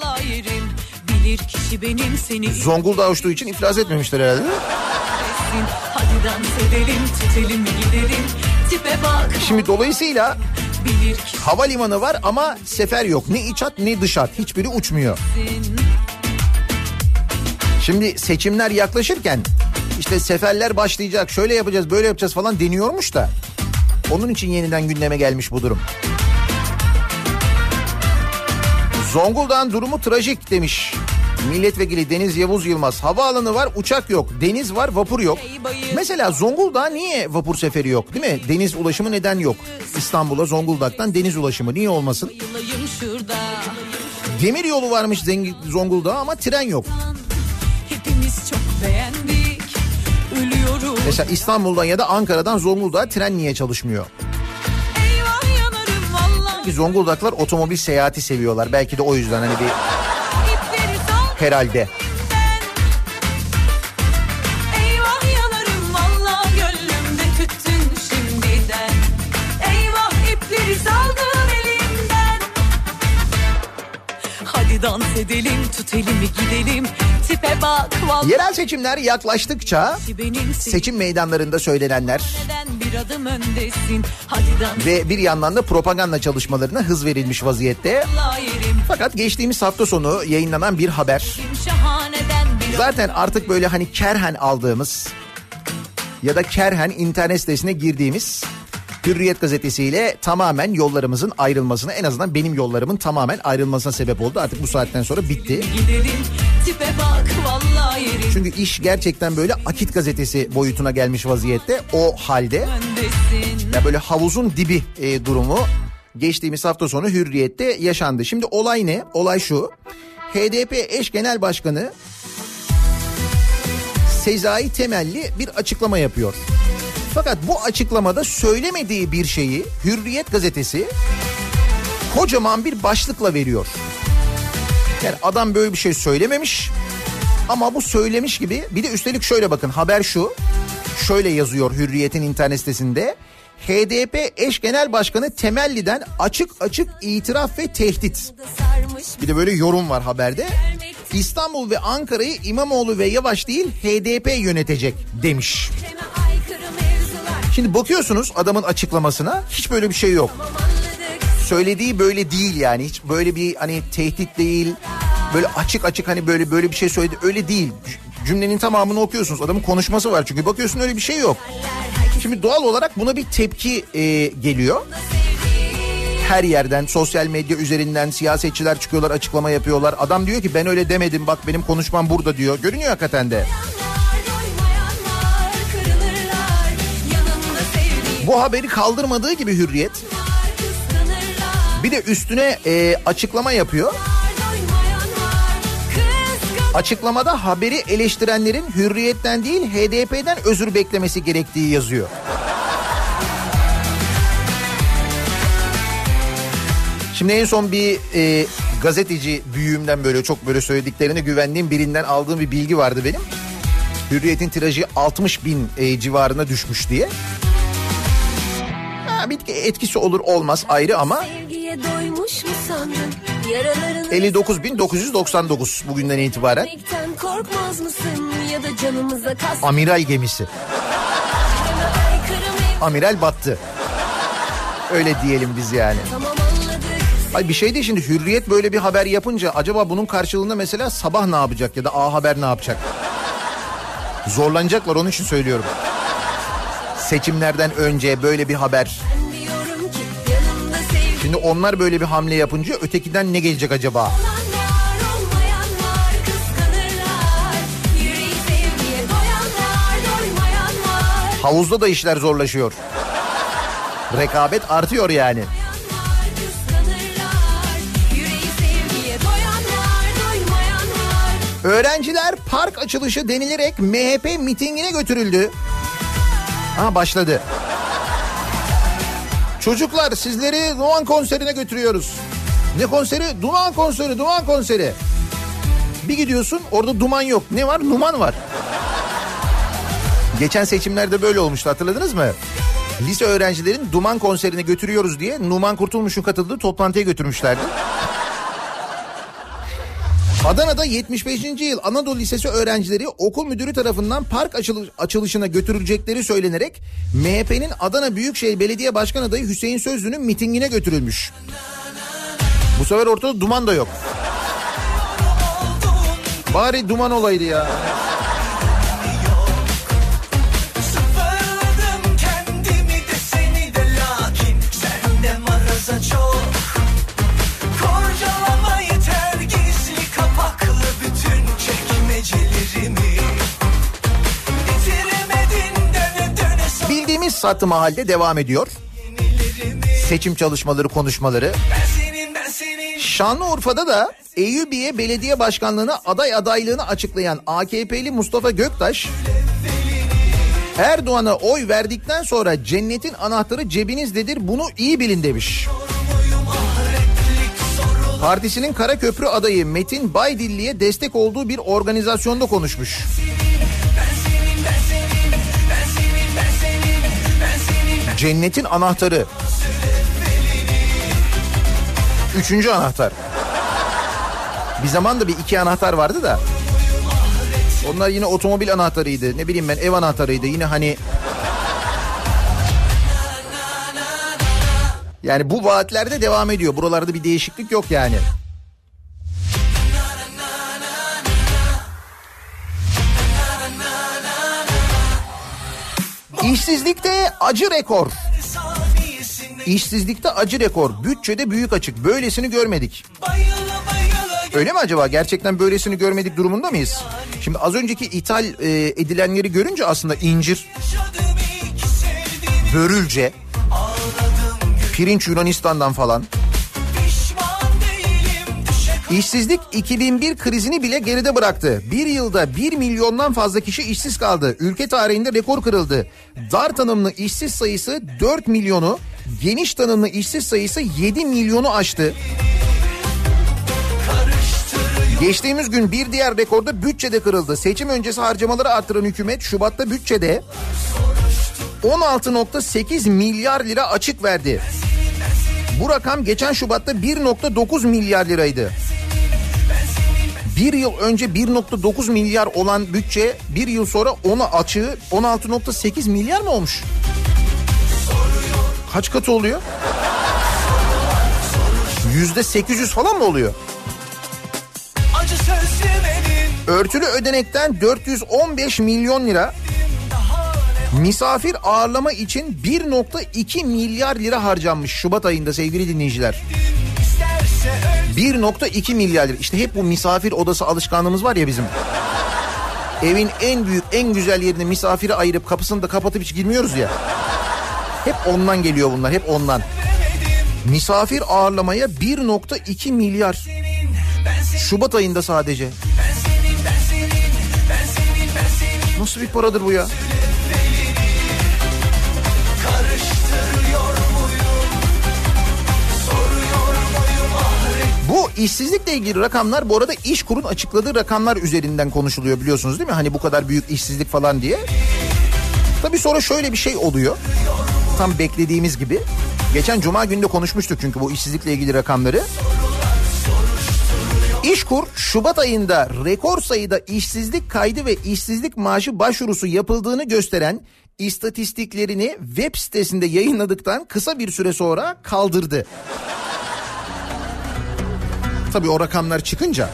Zonguldak'a uçtuğu için iflas etmemişler herhalde. Hadi dans edelim, tutelim, gidelim. Tipe bak. Şimdi dolayısıyla havalimanı var ama sefer yok. Ne iç hat ne dış hat. Hiçbiri uçmuyor. Şimdi seçimler yaklaşırken işte seferler başlayacak, şöyle yapacağız, böyle yapacağız falan deniyormuş da. Onun için yeniden gündeme gelmiş bu durum. Zonguldak'ın durumu trajik demiş milletvekili Deniz Yavuz Yılmaz. Havaalanı var, uçak yok. Deniz var, vapur yok. Mesela Zonguldak'a niye vapur seferi yok, değil mi? Deniz ulaşımı neden yok? İstanbul'a Zonguldak'tan deniz ulaşımı niye olmasın? Demir yolu varmış Zonguldak'a ama tren yok. Hepimiz çok beğendik. Ölüyoruz. Mesela İstanbul'dan ya da Ankara'dan Zonguldak'a tren niye çalışmıyor? Eyvah yanarım vallahi. Zonguldaklar otomobil seyahati seviyorlar. Belki de o yüzden hani bir herhalde. Eyvah yanarım vallahi gönlümde tüttün şimdiden. Eyvah ipleri saldım elimden. Hadi dans edelim, tut elimi gidelim. Tipe bak vallahi. Yerel seçimler yaklaştıkça seçim meydanlarında söylenenler bir adım öndesin. Hadi dans. Ve bir yandan da propaganda çalışmalarına hız verilmiş vaziyette. Fakat geçtiğimiz hafta sonu yayınlanan bir haber. Zaten artık böyle hani kerhen aldığımız ya da kerhen internet sitesine girdiğimiz Hürriyet gazetesiyle tamamen yollarımızın ayrılmasına, en azından benim yollarımın tamamen ayrılmasına sebep oldu. Artık bu saatten sonra bitti. Çünkü iş gerçekten böyle Akit gazetesi boyutuna gelmiş vaziyette. O halde ya böyle havuzun dibi e, durumu geçtiğimiz hafta sonu Hürriyet'te yaşandı. Şimdi olay ne? Olay şu. H D P eş genel başkanı Sezai Temelli bir açıklama yapıyor. Fakat bu açıklamada söylemediği bir şeyi Hürriyet gazetesi kocaman bir başlıkla veriyor. Yani adam böyle bir şey söylememiş ama bu söylemiş gibi. Bir de üstelik şöyle bakın, haber şu. Şöyle yazıyor Hürriyet'in internet sitesinde. H D P eş genel başkanı Temelli'den açık açık itiraf ve tehdit. Bir de böyle yorum var haberde. İstanbul ve Ankara'yı İmamoğlu ve Yavaş değil H D P yönetecek demiş. Şimdi bakıyorsunuz adamın açıklamasına, hiç böyle bir şey yok. Söylediği böyle değil yani, hiç böyle bir hani tehdit değil, böyle açık açık hani böyle böyle bir şey söyledi, öyle değil. Cümlenin tamamını okuyorsunuz, adamın konuşması var çünkü, bakıyorsun öyle bir şey yok. Şimdi doğal olarak buna bir tepki e, geliyor. Her yerden, sosyal medya üzerinden siyasetçiler çıkıyorlar, açıklama yapıyorlar. Adam diyor ki ben öyle demedim, bak benim konuşmam burada diyor. Görünüyor hakikaten de. Bu haberi kaldırmadığı gibi Hürriyet bir de üstüne e, açıklama yapıyor. Açıklamada haberi eleştirenlerin Hürriyet'ten değil H D P'den özür beklemesi gerektiği yazıyor. Şimdi en son bir e, gazeteci büyüğümden böyle çok böyle söylediklerine güvendiğim birinden aldığım bir bilgi vardı benim. Hürriyet'in tirajı altmış bin e, civarına düşmüş diye. Ha, bir etkisi olur olmaz ayrı ama elli dokuz bin dokuz yüz doksan dokuz bugünden itibaren. Amiral gemisi. Amiral battı. Öyle diyelim biz yani. Ay bir şey de şimdi Hürriyet böyle bir haber yapınca acaba bunun karşılığında mesela Sabah ne yapacak ya da A Haber ne yapacak? Zorlanacaklar, onun için söylüyorum. Seçimlerden önce böyle bir haber. Şimdi onlar böyle bir hamle yapınca ötekiden ne gelecek acaba? Havuzda da işler zorlaşıyor. Rekabet artıyor yani. Öğrenciler park açılışı denilerek M H P mitingine götürüldü. Ha başladı. Çocuklar sizleri Duman konserine götürüyoruz. Ne konseri? Duman konseri, Duman konseri. Bir gidiyorsun orada Duman yok. Ne var? Numan var. Geçen seçimlerde böyle olmuştu, hatırladınız mı? Lise öğrencilerin Duman konserine götürüyoruz diye Numan Kurtulmuş'un katıldığı toplantıya götürmüşlerdi. Adana'da yetmiş beşinci yıl Anadolu Lisesi öğrencileri okul müdürü tarafından park açılış, açılışına götürülecekleri söylenerek M H P'nin Adana Büyükşehir Belediye Başkan adayı Hüseyin Sözlü'nün mitingine götürülmüş. Bu sefer ortada Duman da yok. Bari Duman olaydı ya. Çok kurcalama yeter, gizli kapaklı bütün çekmecelerimi bitiremedin, döne döne. Bildiğimiz Sattı Mahal'de devam ediyor. Seçim çalışmaları, konuşmaları. Ben senin, ben senin. Şanlıurfa'da da Eyyubiye Belediye Başkanlığı'na aday adaylığını açıklayan A K P'li Mustafa Göktaş, Erdoğan'a oy verdikten sonra cennetin anahtarı cebinizdedir, bunu iyi bilin demiş. Partisinin Karaköprü adayı Metin Baydilli'ye destek olduğu bir organizasyonda konuşmuş. Cennetin anahtarı. Üçüncü anahtar. Bir zaman da bir iki anahtar vardı da. Onlar yine otomobil anahtarıydı. Ne bileyim ben, ev anahtarıydı. Yine hani... Yani bu vaatlerde devam ediyor. Buralarda bir değişiklik yok yani. İşsizlikte acı rekor. İşsizlikte acı rekor. Bütçede büyük açık. Böylesini görmedik. Öyle mi acaba? Gerçekten böylesini görmedik durumunda mıyız? Şimdi az önceki ithal e, edilenleri görünce aslında incir, börülce, pirinç Yunanistan'dan falan. İşsizlik iki bin bir krizini bile geride bıraktı. Bir yılda bir milyondan fazla kişi işsiz kaldı. Ülke tarihinde rekor kırıldı. Dar tanımlı işsiz sayısı dört milyonu, geniş tanımlı işsiz sayısı yedi milyonu aştı. Geçtiğimiz gün bir diğer rekorda bütçede kırıldı. Seçim öncesi harcamaları artıran hükümet Şubat'ta bütçede on altı virgül sekiz milyar lira açık verdi. Bu rakam geçen Şubat'ta bir virgül dokuz milyar liraydı. Bir yıl önce bir virgül dokuz milyar olan bütçe bir yıl sonra ona açığı on altı virgül sekiz milyar mı olmuş? Kaç katı oluyor? Yüzde sekiz yüz falan mı oluyor? Örtülü ödenekten dört yüz on beş milyon lira, misafir ağırlama için bir virgül iki milyar lira harcanmış Şubat ayında sevgili dinleyiciler. bir virgül iki milyar lira. İşte hep bu misafir odası alışkanlığımız var ya bizim. Evin en büyük, en güzel yerine misafiri ayırıp kapısını da kapatıp hiç girmiyoruz ya. Hep ondan geliyor bunlar, hep ondan. Misafir ağırlamaya bir virgül iki milyar. Şubat ayında sadece. Nasıl bir paradır bu ya? Bu işsizlikle ilgili rakamlar bu arada İşkur'un açıkladığı rakamlar üzerinden konuşuluyor, biliyorsunuz değil mi? Hani bu kadar büyük işsizlik falan diye. Tabii sonra şöyle bir şey oluyor. Tam beklediğimiz gibi. Geçen Cuma günü de konuşmuştuk çünkü bu işsizlikle ilgili rakamları. İşkur Şubat ayında rekor sayıda işsizlik kaydı ve işsizlik maaşı başvurusu yapıldığını gösteren istatistiklerini web sitesinde yayınladıktan kısa bir süre sonra kaldırdı. tabii o rakamlar çıkınca.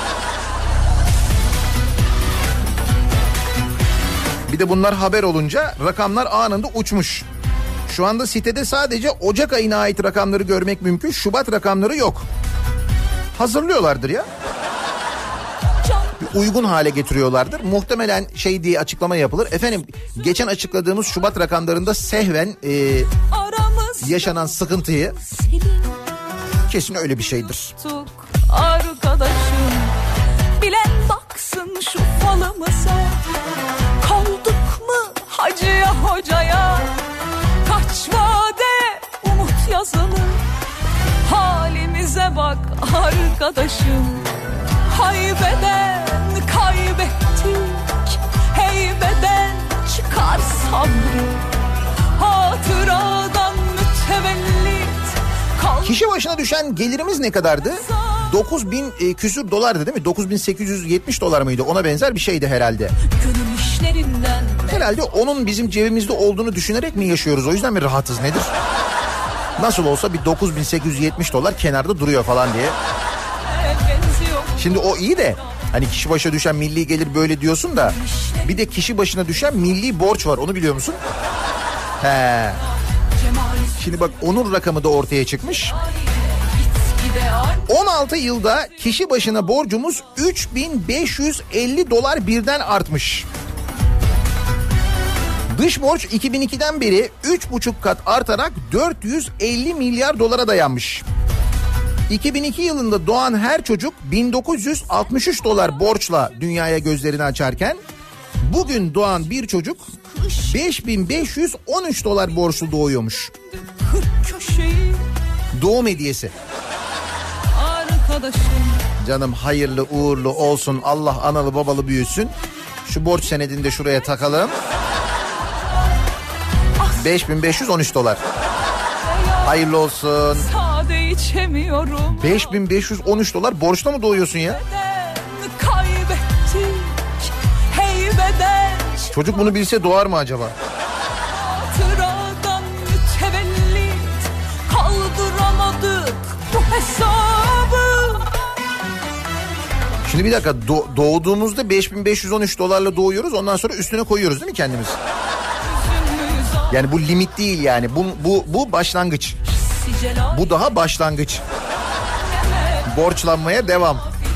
Bir de bunlar haber olunca rakamlar anında uçmuş. Şu anda sitede sadece Ocak ayına ait rakamları görmek mümkün. Şubat rakamları yok. Hazırlıyorlardır ya. Uygun hale getiriyorlardır. Muhtemelen şey diye açıklama yapılır. Efendim geçen açıkladığımız Şubat rakamlarında sehven e, yaşanan sıkıntıyı, kesin öyle bir şeydir. Arkadaşım bilen baksın şu falımıza. Kaldık mı hacıya hocaya? Kaç vade umut yazılı. Halimize bak arkadaşım. Haybeden kaybettik. Heybeden çıkar sabrı. Hatıradan mütevellit. Kişi başına düşen gelirimiz ne kadardı? dokuz bin e, küsür dolardı değil mi? dokuz bin sekiz yüz yetmiş dolar mıydı? Ona benzer bir şeydi herhalde. Herhalde onun bizim cebimizde olduğunu düşünerek mi yaşıyoruz? O yüzden mi rahatız, nedir? Nasıl olsa bir dokuz bin sekiz yüz yetmiş dolar kenarda duruyor falan diye. Şimdi o iyi de hani kişi başına düşen milli gelir böyle diyorsun da bir de kişi başına düşen milli borç var, onu biliyor musun? He. Şimdi bak onun rakamı da ortaya çıkmış. on altı yılda kişi başına borcumuz üç bin beş yüz elli dolar birden artmış. Dış borç iki bin ikiden beri üç buçuk kat artarak dört yüz elli milyar dolara dayanmış. iki bin iki yılında doğan her çocuk bin dokuz yüz altmış üç dolar borçla dünyaya gözlerini açarken bugün doğan bir çocuk beş bin beş yüz on üç dolar borçlu doğuyormuş. Doğum hediyesi. Canım hayırlı uğurlu olsun, Allah analı babalı büyüsün. Şu borç senedini de şuraya takalım. beş bin beş yüz on üç dolar. Hayırlı olsun. beş bin beş yüz on üç dolar borçla mı doğuyorsun ya? Çocuk bunu bilse doğar mı acaba? Şimdi bir dakika, do- doğduğumuzda beş bin beş yüz on üç dolarla doğuyoruz, ondan sonra üstüne koyuyoruz değil mi kendimiz? Yani bu limit değil yani, bu bu bu başlangıç. Bu daha başlangıç. Borçlanmaya devam.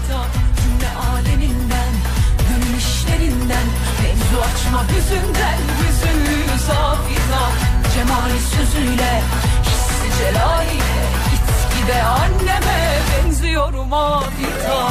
Cemali sözüyle, hissi celaliyle, gitgide anneme benziyorum adeta.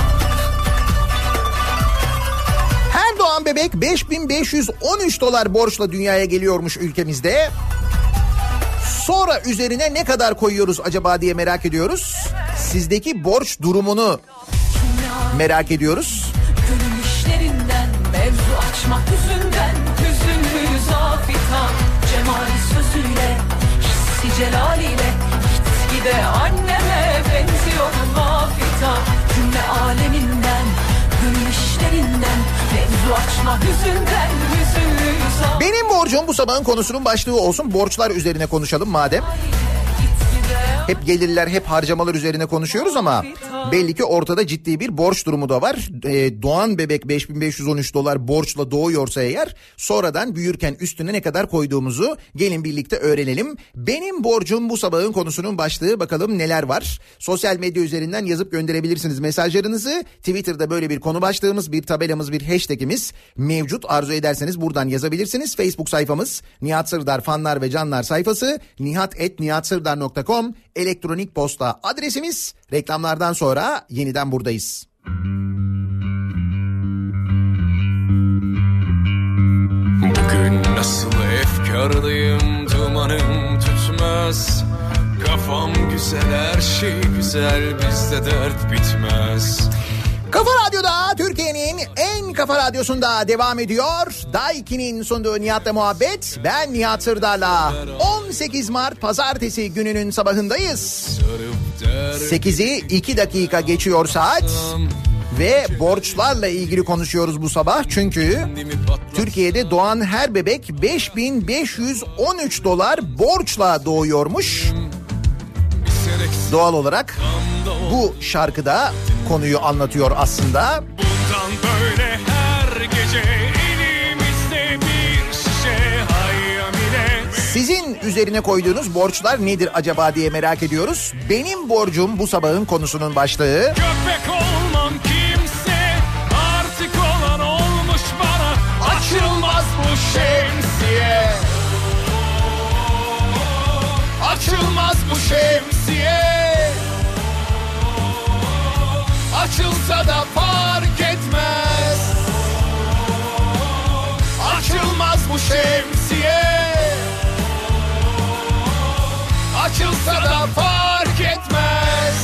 Her doğan bebek beş bin beş yüz on üç dolar borçla dünyaya geliyormuş ülkemizde. Sonra üzerine ne kadar koyuyoruz acaba diye merak ediyoruz. Sizdeki borç durumunu merak ediyoruz. Gönül işlerinden, mevzu açmak yüzünden, hüzünlü zafitan, cemali sözüyle, hissi celaliyle, gitgide anneme benziyorum zafitan, cümle aleminden, gönül işlerinden, mevzu açmak yüzünden, hüzünlü zafitan. Benim borcum bu sabahın konusunun başlığı olsun. Borçlar üzerine konuşalım madem. Hep gelirler, hep harcamalar üzerine konuşuyoruz ama belli ki ortada ciddi bir borç durumu da var. Ee, doğan bebek beş bin beş yüz on üç dolar borçla doğuyorsa eğer, sonradan büyürken üstüne ne kadar koyduğumuzu gelin birlikte öğrenelim. Benim borcum bu sabahın konusunun başlığı, bakalım neler var. Sosyal medya üzerinden yazıp gönderebilirsiniz mesajlarınızı. Twitter'da böyle bir konu başlığımız, bir tabelamız, bir hashtagimiz mevcut. Arzu ederseniz buradan yazabilirsiniz. Facebook sayfamız Nihat Sırdar fanlar ve canlar sayfası, nihat et nihatsırdar nokta com elektronik posta adresimiz. Reklamlardan sonra yeniden buradayız. Bugün nasıl efkarlıyım, dumanım tutmaz. Kafam güzel, her şey güzel, bizde dert bitmez. Kafa Radyo'da, Türkiye'nin en kafa radyosunda devam ediyor. Daiki'nin sunduğu Nihat'la muhabbet. Ben Nihat Sırdar'la on sekiz Mart Pazartesi gününün sabahındayız. sekizi iki dakika geçiyor saat. Ve borçlarla ilgili konuşuyoruz bu sabah. Çünkü Türkiye'de doğan her bebek beş bin beş yüz on üç dolar borçla doğuyormuş. Doğal olarak bu şarkıda konuyu anlatıyor aslında. Bundan böyle her gece elimizde bir şişe hayyamine. Sizin üzerine koyduğunuz borçlar nedir acaba diye merak ediyoruz. Benim borcum bu sabahın konusunun başlığı. Köpek olmam kimse, artık olan olmuş bana. Açılmaz bu şemsiye. Açılmaz bu şemsiye. Açılsa da fark etmez. Açılmaz bu şemsiye. Açılsa da fark etmez.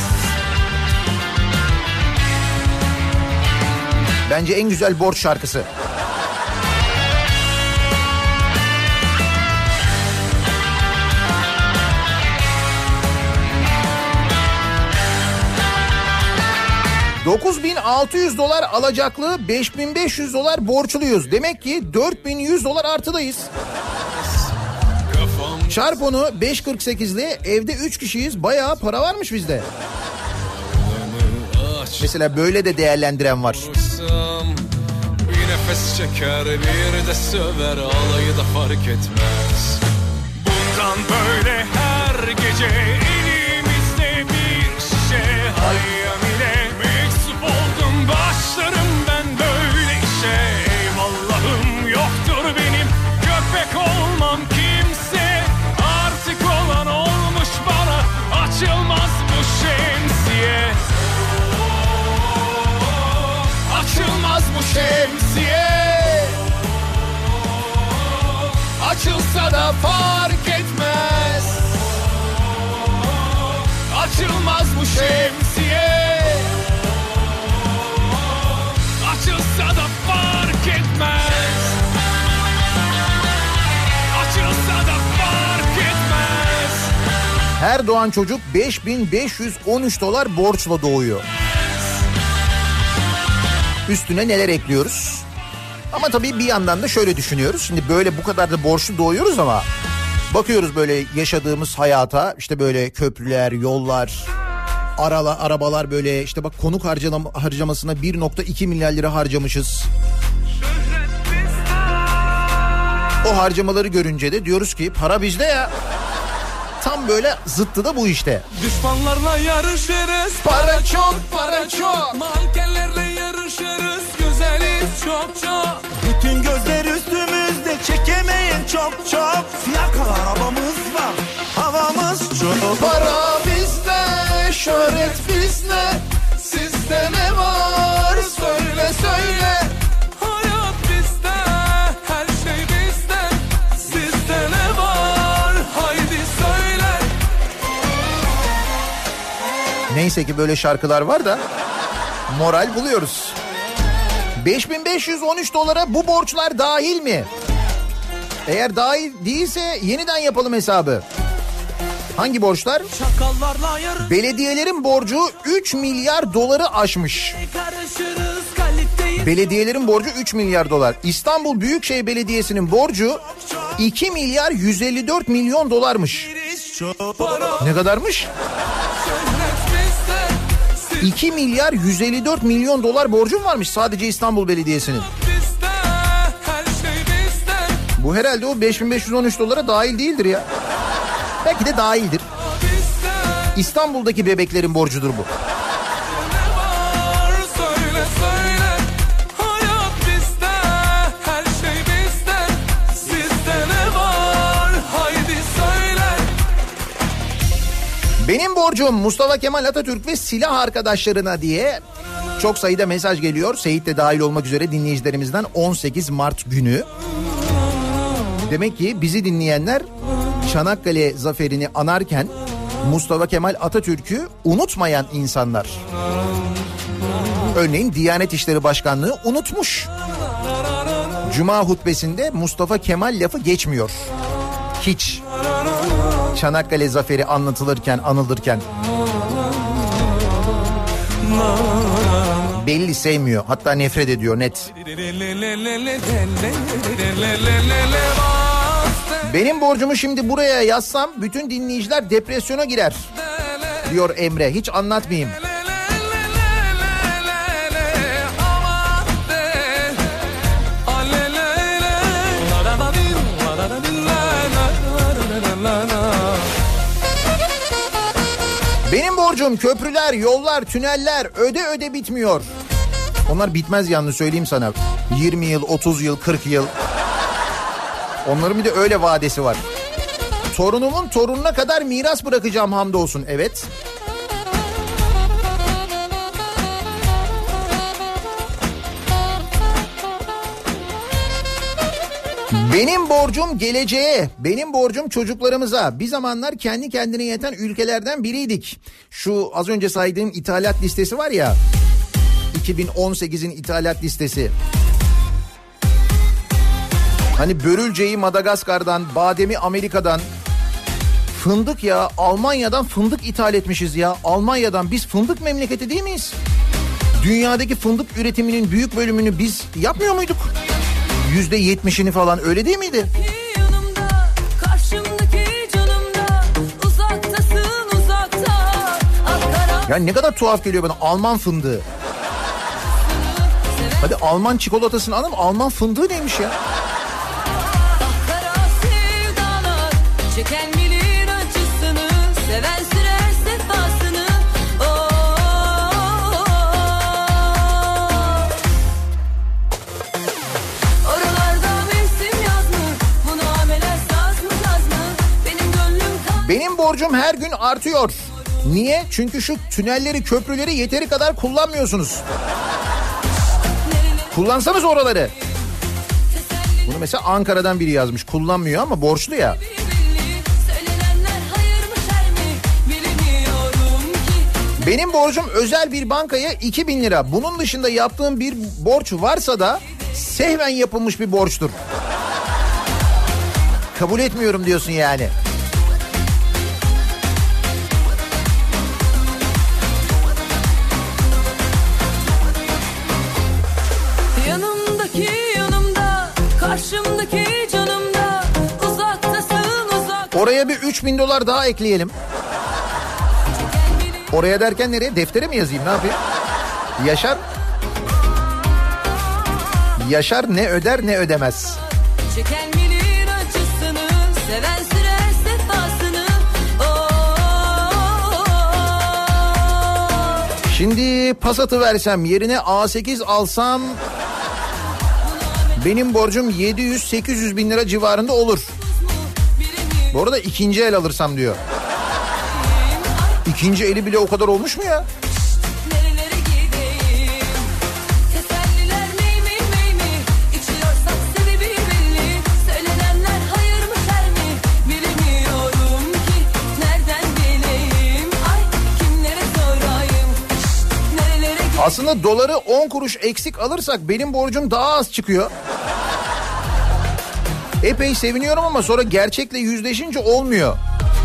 Bence en güzel borç şarkısı. dokuz bin altı yüz dolar alacaklı, beş bin beş yüz dolar borçluyuz. Demek ki dört bin yüz dolar artıdayız. Çarp onu beş kırk sekizli, evde üç kişiyiz. Bayağı para varmış bizde. Mesela böyle de değerlendiren var. Bir nefes çeker, bir de söver, alayı da fark etmez. Bundan böyle her gece elimizde bir şişe hayyamine. Meksup oldum, başlarım ben böyle işe. Eyvallahım yoktur benim, köpek olmam kimse. Artık olan olmuş bana, açılmaz bu şemsiye. Açılmaz bu şemsiye. Açılsa da fark etmez. Açılmaz bu şemsiye. Açılsa da fark etmez. Açılsa da fark etmez. Her doğan çocuk beş bin beş yüz on üç dolar borçla doğuyor. Üstüne neler ekliyoruz? Ama tabii bir yandan da şöyle düşünüyoruz. Şimdi böyle bu kadar da borçlu doğuyoruz ama bakıyoruz böyle yaşadığımız hayata, işte böyle köprüler, yollar, arala, arabalar, böyle işte bak konuk harcama, harcamasına bir nokta iki milyar lira harcamışız. O harcamaları görünce de diyoruz ki para bizde ya. Tam böyle zıttı da bu işte. Düşmanlarla yarışırız. Para çok, para çok. Mankenlerle yarışırız. Güzeliz çok çok. Bütün gözler üstümüzde, çekemeyin çok çok. Siyah kal arabamız var, havamız çok. Para bizde, şöhret bizde. Sizde ne var? Söyle söyle. Hayat bizde, her şey bizde. Sizde ne var? Haydi söyle. Neyse ki böyle şarkılar var da moral buluyoruz. beş bin beş yüz on üç dolara bu borçlar dahil mi? Eğer dahil değilse yeniden yapalım hesabı. Hangi borçlar? Belediyelerin borcu üç milyar doları aşmış. Belediyelerin borcu üç milyar dolar. İstanbul Büyükşehir Belediyesi'nin borcu iki milyar yüz elli dört milyon dolarmış. Ne kadarmış? iki milyar yüz elli dört milyon dolar borcum varmış sadece İstanbul Belediyesi'nin. Bu herhalde o beş bin beş yüz on üç dolara dahil değildir ya. Belki de dahildir. İstanbul'daki bebeklerin borcudur bu. Benim borcum Mustafa Kemal Atatürk ve silah arkadaşlarına diye çok sayıda mesaj geliyor. Seyit de dahil olmak üzere dinleyicilerimizden on sekiz Mart günü. Demek ki bizi dinleyenler Çanakkale zaferini anarken Mustafa Kemal Atatürk'ü unutmayan insanlar. Örneğin Diyanet İşleri Başkanlığı unutmuş. Cuma hutbesinde Mustafa Kemal lafı geçmiyor. Hiç. Çanakkale zaferi anlatılırken, anılırken. Belli sevmiyor. Hatta nefret ediyor net. Benim borcumu şimdi buraya yazsam bütün dinleyiciler depresyona girer. diyor Emre. Hiç anlatmayayım. Benim borcum köprüler, yollar, tüneller öde öde bitmiyor. Onlar bitmez yalnız söyleyeyim sana. yirmi yıl, otuz yıl, kırk yıl. Onların bir de öyle vadesi var. Torunumun torununa kadar miras bırakacağım hamdolsun. Evet. Benim borcum geleceğe, benim borcum çocuklarımıza. Bir zamanlar kendi kendine yeten ülkelerden biriydik. Şu az önce saydığım ithalat listesi var ya, iki bin on sekizin ithalat listesi. Hani börülceyi Madagaskar'dan, bademi Amerika'dan, fındık ya Almanya'dan fındık ithal etmişiz ya. Almanya'dan, biz fındık memleketi değil miyiz? Dünyadaki fındık üretiminin büyük bölümünü biz yapmıyor muyduk? Yüzde yetmişini falan, öyle değil miydi? Yanımda, karşımdaki canımda, uzaktasın uzakta. Ya ne kadar tuhaf geliyor bana Alman fındığı. Hadi Alman çikolatasını alalım, Alman fındığı neymiş ya? Çeken bilir acısını, seven sürer sefasını. Oh, oh, oh. Oralarda mevsim yaz mı? Bunu ameler saz mı saz mı? Benim gönlüm kan... Benim borcum her gün artıyor. Niye? Çünkü şu tünelleri, köprüleri yeteri kadar kullanmıyorsunuz. Kullansanız oraları. Bunu mesela Ankara'dan biri yazmış. Kullanmıyor ama borçlu ya. Benim borcum özel bir bankaya iki bin lira. Bunun dışında yaptığım bir borç varsa da sehven yapılmış bir borçtur. Kabul etmiyorum diyorsun yani. Yanımdaki yanımda, karşımdaki canımda, uzaktasın uzak. Oraya bir üç bin dolar daha ekleyelim. Oraya derken nereye? Deftere mi yazayım? Ne yapayım? Yaşar. Yaşar ne öder ne ödemez. Çeken bilir acısını, seven sürer sefasını. Oh, oh, oh. Şimdi Passat'ı versem yerine A sekiz alsam benim borcum yedi yüz sekiz yüz bin lira civarında olur. Bu arada ikinci el alırsam diyor. İkinci eli bile o kadar olmuş mu ya? Nerelere gideyim? Teselliler ney mi ney mi? İçiyorsak sebebi belli. Söylenenler hayır mı şer mi? Bilemiyorum ki nereden bileyim. Ay kimlere sorayım? Nerelere gideyim? Aslında doları on kuruş eksik alırsak benim borcum daha az çıkıyor. Epey seviniyorum ama sonra gerçekle yüzleşince olmuyor.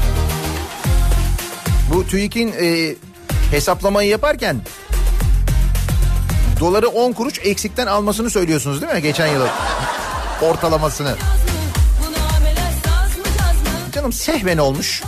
Bu TÜİK'in e, hesaplamayı yaparken doları on kuruş eksikten almasını söylüyorsunuz değil mi? Geçen yılın ortalamasını. Canım sehven olmuş.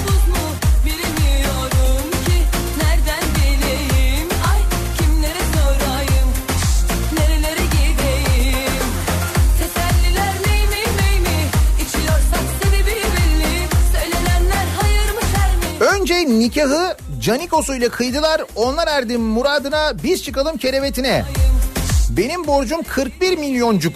Önce nikahı canikosuyla kıydılar, onlar erdi muradına, biz çıkalım kerevetine. Benim borcum kırk bir milyoncuk.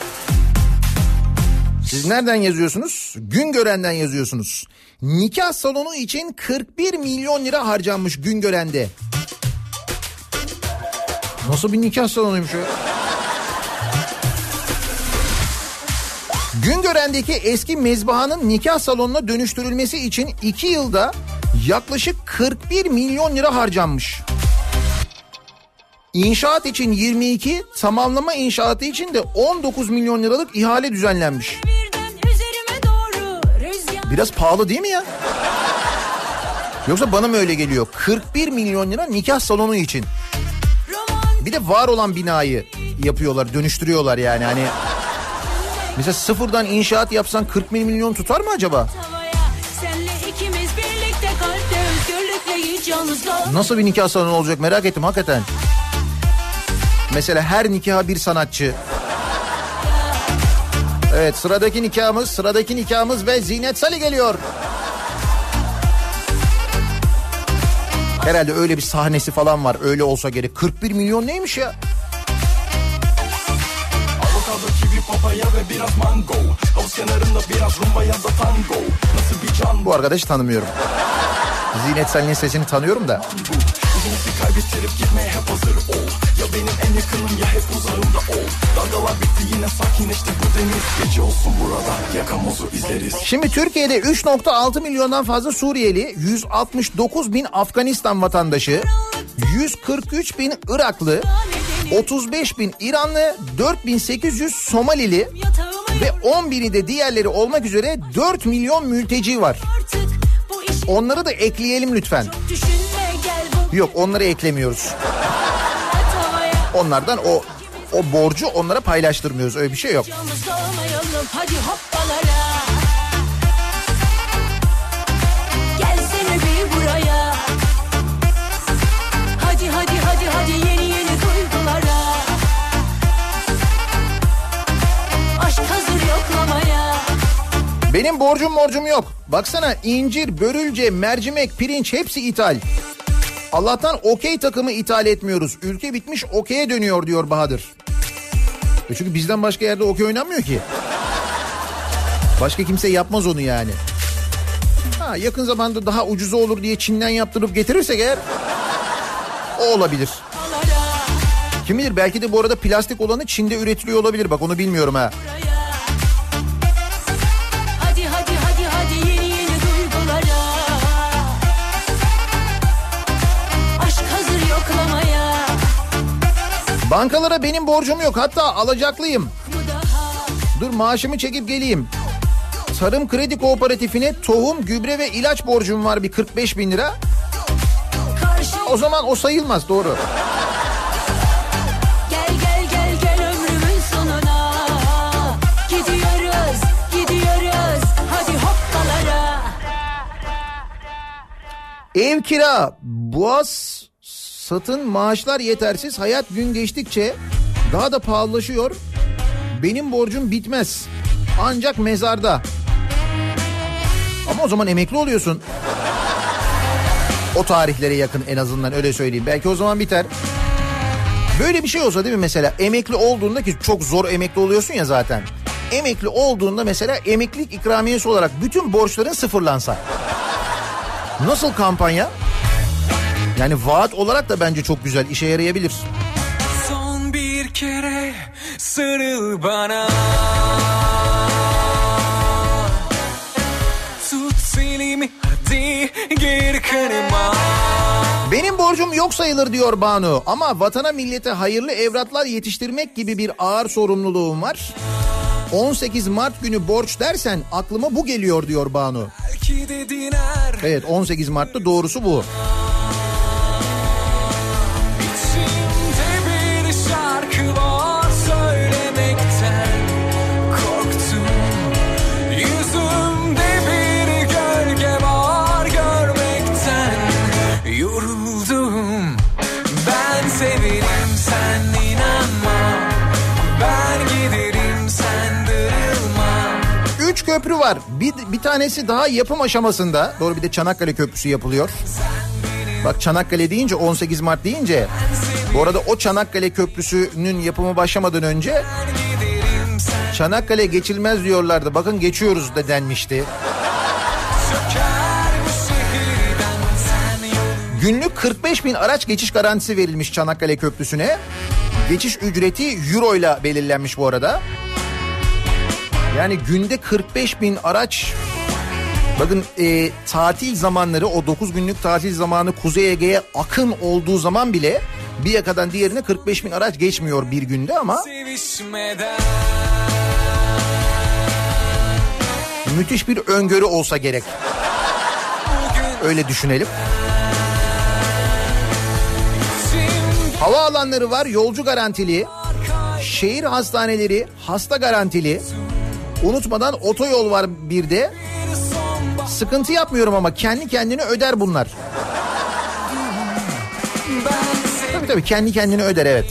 Siz nereden yazıyorsunuz? Güngören'den yazıyorsunuz. Nikah salonu için kırk bir milyon lira harcanmış Güngören'de. Nasıl bir nikah salonuymuş o? Güngören'deki eski mezbahanın nikah salonuna dönüştürülmesi için iki yılda yaklaşık kırk bir milyon lira harcanmış. İnşaat için yirmi iki, tamamlama inşaatı için de on dokuz milyon liralık ihale düzenlenmiş. Biraz pahalı değil mi ya? Yoksa bana mı öyle geliyor? kırk bir milyon lira nikah salonu için. Bir de var olan binayı yapıyorlar, dönüştürüyorlar yani hani. Mesela sıfırdan inşaat yapsan kırk milyon tutar mı acaba? hiç yalnız kalma. Nasıl bir nikah salonu olacak merak ettim hakikaten. Mesela her nikaha bir sanatçı. Evet, sıradaki nikahımız, sıradaki nikahımız ve Zinet Salih geliyor. Herhalde öyle bir sahnesi falan var, öyle olsa gerek. kırk bir milyon neymiş ya? Avokado, kivi, papaya ve biraz mango. Havuz kenarında biraz rumba ya da tango. Nasıl bir can Bu arkadaşı tanımıyorum. Zinet Salih'in sesini tanıyorum da. İzinizi kaybettirip gitmeye hep hazır ol. Ya benim en yakınım ya hep uzağımda ol. Dalgalar bitti yine sakinleşti bu deniz. Gece olsun burada yakamozu izleriz. Şimdi Türkiye'de üç nokta altı milyondan fazla Suriyeli, yüz altmış dokuz bin Afganistan vatandaşı, yüz kırk üç bin Iraklı, otuz beş bin İranlı, dört bin sekiz yüz Somalili ve on bini de diğerleri olmak üzere dört milyon mülteci var. Onları da ekleyelim lütfen. Yok, onları eklemiyoruz. Onlardan o o borcu onlara paylaştırmıyoruz. Öyle bir şey yok. Hadi hoppalara. Gelsene bir buraya. Hadi hadi hadi hadi yeni yeni duygulara. Aşk hazır yoklamaya. Benim borcum borcum yok. Baksana, incir, börülce, mercimek, pirinç hepsi ithal. Allah'tan okey takımı ithal etmiyoruz. Ülke bitmiş, okey'e dönüyor diyor Bahadır. E çünkü bizden başka yerde okey oynanmıyor ki. Başka kimse yapmaz onu yani. Ha, yakın zamanda daha ucuza olur diye Çin'den yaptırıp getirirsek eğer o olabilir. Kim bilir, belki de bu arada plastik olanı Çin'de üretiliyor olabilir. Bak onu bilmiyorum ha. Hadi hadi hadi hadi yeni yeni duygulara. Aşk hazır yoklamaya. Bankalara benim borcum yok, hatta alacaklıyım. Dur maaşımı çekip geleyim. Tarım Kredi Kooperatifine tohum, gübre ve ilaç borcum var, bir kırk beş bin lira. O zaman o sayılmaz, doğru. Gel gel gel gel ömrümün sonuna. Gidiyoruz gidiyoruz hadi hoppalara. Ev kira, boğaz satın, maaşlar yetersiz, hayat gün geçtikçe daha da pahalılaşıyor. Benim borcum bitmez. Ancak mezarda. Ama o zaman emekli oluyorsun. O tarihlere yakın, en azından öyle söyleyeyim. Belki o zaman biter. Böyle bir şey olsa değil mi mesela? Emekli olduğunda, ki çok zor emekli oluyorsun ya zaten. Emekli olduğunda mesela emeklilik ikramiyesi olarak bütün borçların sıfırlansa. Nasıl kampanya? Yani vaat olarak da bence çok güzel, işe yarayabilir. Son bir kere sarıl bana. Tut elimi hadi gir kanıma. Benim borcum yok sayılır diyor Banu, ama vatana millete hayırlı evlatlar yetiştirmek gibi bir ağır sorumluluğum var. on sekiz Mart günü borç dersen aklıma bu geliyor diyor Banu. Evet, on sekiz Mart'ta doğrusu bu. Üç köprü var. Bir, bir tanesi daha yapım aşamasında. Doğru, bir de Çanakkale Köprüsü yapılıyor. Bak, Çanakkale deyince, on sekiz Mart deyince. Bu arada o Çanakkale Köprüsü'nün yapımı başlamadan önce Çanakkale geçilmez diyorlardı. Bakın geçiyoruz da denmişti. Günlük kırk beş bin araç geçiş garantisi verilmiş Çanakkale Köprüsü'ne. Geçiş ücreti euro ile belirlenmiş bu arada. Yani günde kırk beş bin araç. Bakın e, tatil zamanları, o dokuz günlük tatil zamanı Kuzey Ege'ye akın olduğu zaman bile bir yakadan diğerine kırk beş bin araç geçmiyor bir günde, ama müthiş bir öngörü olsa gerek. Öyle düşünelim. Havaalanları var, yolcu garantili. Şehir hastaneleri hasta garantili. Unutmadan otoyol var bir de. Sıkıntı yapmıyorum ama kendi kendine öder bunlar. Tabii tabii kendi kendine öder, evet.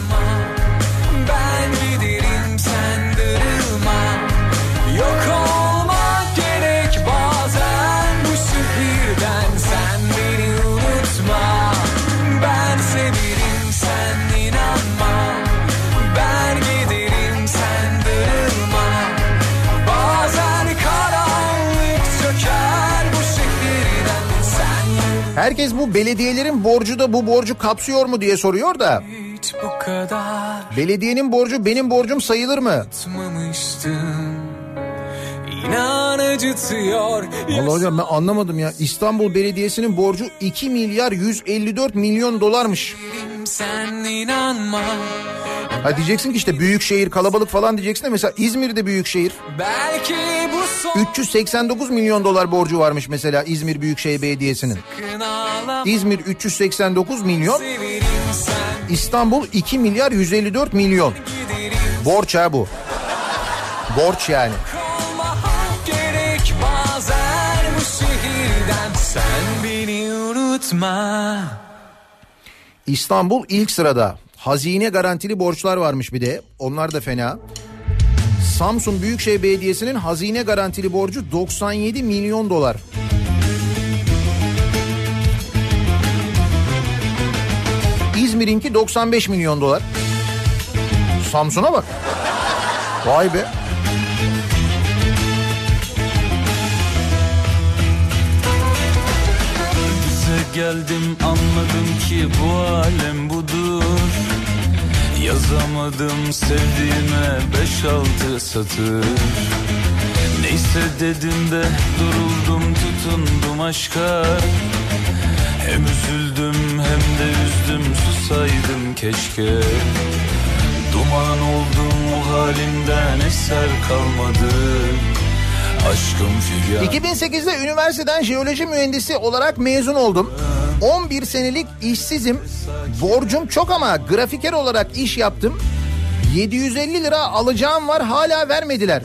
Ben giderim sen darılma. Yok olmak gerek bazen bu şehirden, sen beni unutma. Ben severim sen inanma. Ben giderim sen darılma. Bazen karanlık çöker bu şehirden, sen. Herkes bu belediyelerin borcu da bu borcu kapsıyor mu diye soruyor da. Hiç bu kadar Belediyenin borcu benim borcum sayılır mı? tutmamıştım. İnan acıtıyor. Vallahi hocam ben anlamadım ya. İstanbul Belediyesi'nin borcu iki milyar yüz elli dört milyon dolarmış. Sen inanma. Ha diyeceksin ki işte büyük şehir, kalabalık falan diyeceksin de mesela İzmir'de büyük şehir. Belki bu son üç yüz seksen dokuz milyon dolar borcu varmış mesela İzmir Büyükşehir Belediyesi'nin. ağlam. İzmir üç yüz seksen dokuz milyon, Severim sen İstanbul iki milyar yüz elli dört milyon. giderim. Borç ha bu. Borç yani. Olmak gerek bazen bu şehirden, sen beni unutma. İstanbul ilk sırada. Hazine garantili borçlar varmış bir de. Onlar da fena. Samsun Büyükşehir Belediyesi'nin hazine garantili borcu doksan yedi milyon dolar. İzmir'inki doksan beş milyon dolar. Samsun'a bak. Vay be. Bize geldim anladım ki bu alem budur. Yazamadım sevdiğime beş altı satır. Neyse dedim de duruldum tutundum aşka. Hem üzüldüm hem de üzdüm, susaydım keşke. Duman oldum o halimden, eser kalmadı. Aşkım figan. iki bin sekizde üniversiteden jeoloji mühendisi olarak mezun oldum. on bir senelik işsizim. Borcum çok ama grafiker olarak iş yaptım. yedi yüz elli lira alacağım var, hala vermediler.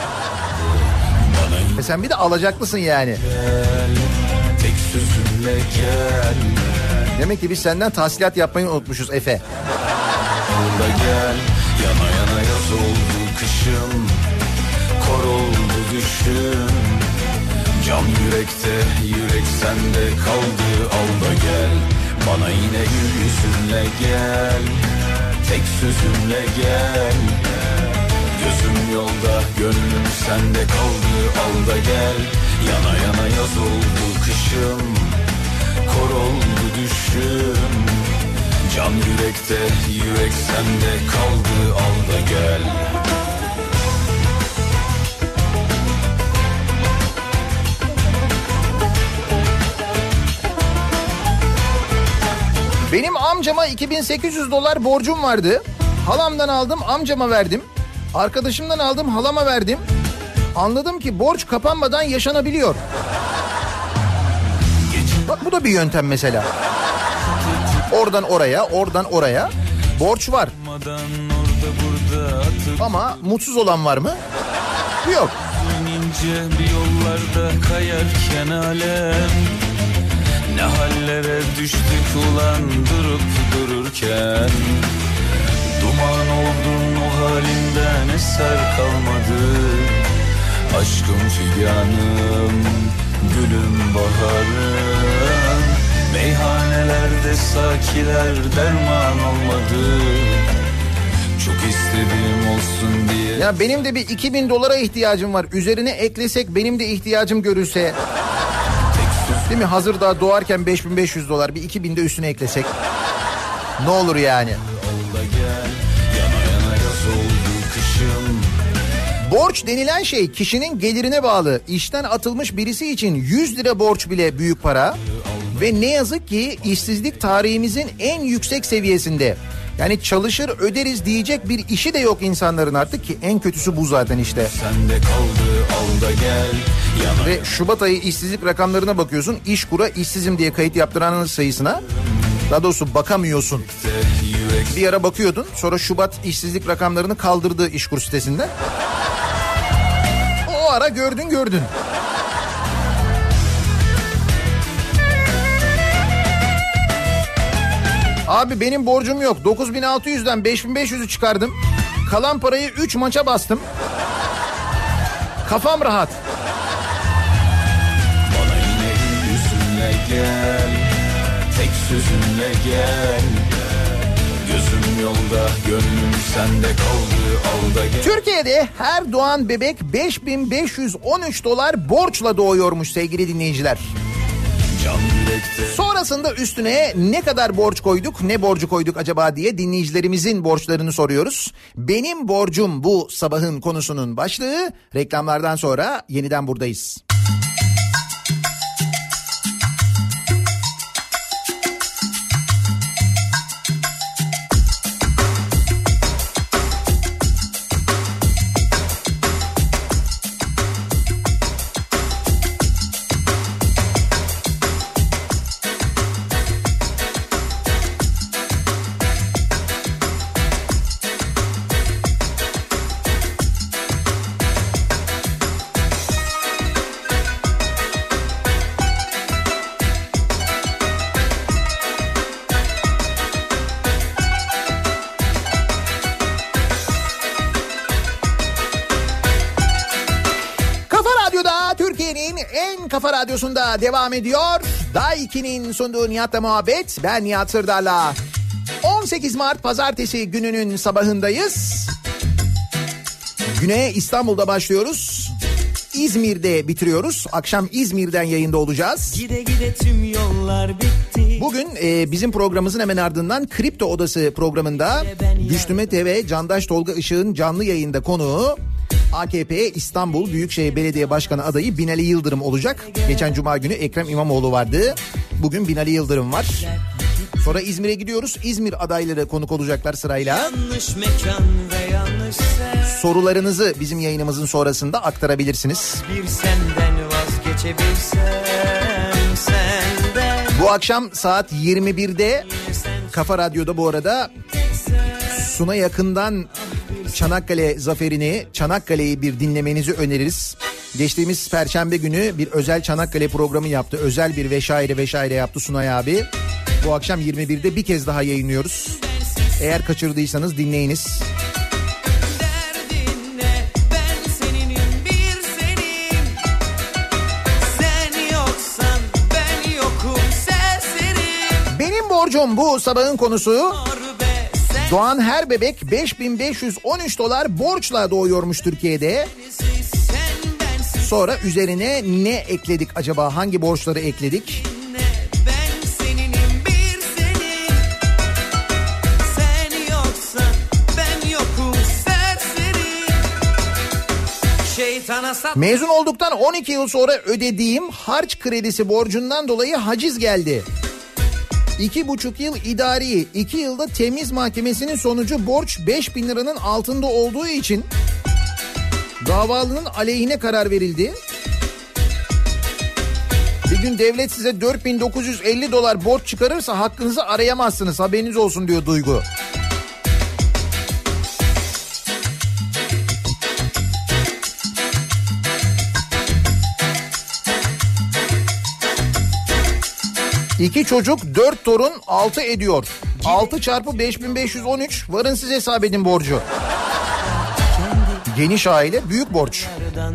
E sen bir de alacaklısın yani. Tek sözünle gel. Demek ki biz senden tahsilat yapmayı unutmuşuz Efe. Burada gel. Yana yana yaz oldu kışım. Kor oldu düşüm. Can yürekte, yürek sende kaldı, al da gel. Bana yine gül yüzünle gel. Tek sözümle gel. Gözüm yolda, gönlüm sende kaldı, al da gel. Yana yana yaz oldu kışım. Kor oldu düşüm. Can yürekte, yürek sende kaldı, al da gel. Benim amcama iki bin sekiz yüz dolar borcum vardı. Halamdan aldım, amcama verdim. Arkadaşımdan aldım, halama verdim. Anladım ki borç kapanmadan yaşanabiliyor. Bak bu da bir yöntem mesela. Oradan oraya, oradan oraya borç var. Ama mutsuz olan var mı? Yok. İnce bir yollarda kayarken alem. Ne hallere düştük ulan durup dururken. Duman oldun o halinden, eser kalmadı. Aşkım figanım, gülüm baharım. Meyhanelerde sakiler derman olmadı. Çok istedim olsun diye. Ya benim de bir iki bin dolara ihtiyacım var. Üzerine eklesek benim de ihtiyacım görülse. Değil mi? Hazır daha doğarken beş bin beş yüz dolar, bir iki bin de üstüne eklesek. Ne olur yani. Borç denilen şey kişinin gelirine bağlı. İşten atılmış birisi için yüz lira borç bile büyük para. Ve ne yazık ki işsizlik tarihimizin en yüksek seviyesinde. Yani çalışır öderiz diyecek bir işi de yok insanların artık, ki en kötüsü bu zaten işte. Sende kaldı, al da gel. Yana Ve Şubat ayı işsizlik rakamlarına bakıyorsun. İşkur'a işsizim diye kayıt yaptıranın sayısına, daha doğrusu bakamıyorsun. Bir ara bakıyordun, sonra Şubat işsizlik rakamlarını kaldırdı İşkur sitesinden. O ara gördün gördün. Abi benim borcum yok. dokuz bin altı yüzden beş bin beş yüzü çıkardım. Kalan parayı üç maça bastım. Kafam rahat. Bana yine yüzünle gel, tek sözünle gel. Gözüm yolda, gönlüm sende kaldı, al da gel. Türkiye'de her doğan bebek beş bin beş yüz on üç dolar borçla doğuyormuş sevgili dinleyiciler. Sonrasında üstüne ne kadar borç koyduk, ne borcu koyduk acaba diye dinleyicilerimizin borçlarını soruyoruz. Benim borcum bu sabahın konusunun başlığı. Reklamlardan sonra yeniden buradayız. Kafa Radyosu'nda devam ediyor. Day iki'nin sunduğu Nihat'la muhabbet. Ben Nihat Sırdar'la. on sekiz Mart Pazartesi gününün sabahındayız. Güne İstanbul'da başlıyoruz. İzmir'de bitiriyoruz. Akşam İzmir'den yayında olacağız. Gide gide tüm yollar bitti. Bugün e, bizim programımızın hemen ardından Kripto Odası programında Güçlü Mete ve Candaş Tolga Işık'ın canlı yayında konuğu A K P İstanbul Büyükşehir Belediye Başkanı adayı Binali Yıldırım olacak. Geçen Cuma günü Ekrem İmamoğlu vardı. Bugün Binali Yıldırım var. Sonra İzmir'e gidiyoruz. İzmir adayları konuk olacaklar sırayla. Yanlış mekan ve yanlış sen. Sorularınızı bizim yayınımızın sonrasında aktarabilirsiniz. Bir senden vazgeçebilsem senden. Bu akşam saat yirmi birde Kafa Radyo'da bu arada Suna Yakın'dan Çanakkale zaferini, Çanakkale'yi bir dinlemenizi öneririz. Geçtiğimiz Perşembe günü bir özel Çanakkale programı yaptı. Özel bir veşaire veşaire yaptı Sunay abi. Bu akşam yirmi birde bir kez daha yayınlıyoruz. Eğer kaçırdıysanız dinleyiniz. Benim borcum bu sabahın konusu. Doğan her bebek beş bin beş yüz on üç dolar borçla doğuyormuş Türkiye'de. Sonra üzerine ne ekledik acaba? Hangi borçları ekledik? Mezun olduktan on iki yıl sonra ödediğim harç kredisi borcundan dolayı haciz geldi. İki buçuk yıl idari, iki yılda temiz mahkemesinin sonucu borç beş bin liranın altında olduğu için davalının aleyhine karar verildi. Bir gün devlet size dört bin dokuz yüz elli dolar borç çıkarırsa hakkınızı arayamazsınız, haberiniz olsun diyor Duygu. İki çocuk, dört torun, altı ediyor. altı çarpı beş bin beş yüz on üç. Varın siz hesap edin borcu. Geniş aile, büyük borç.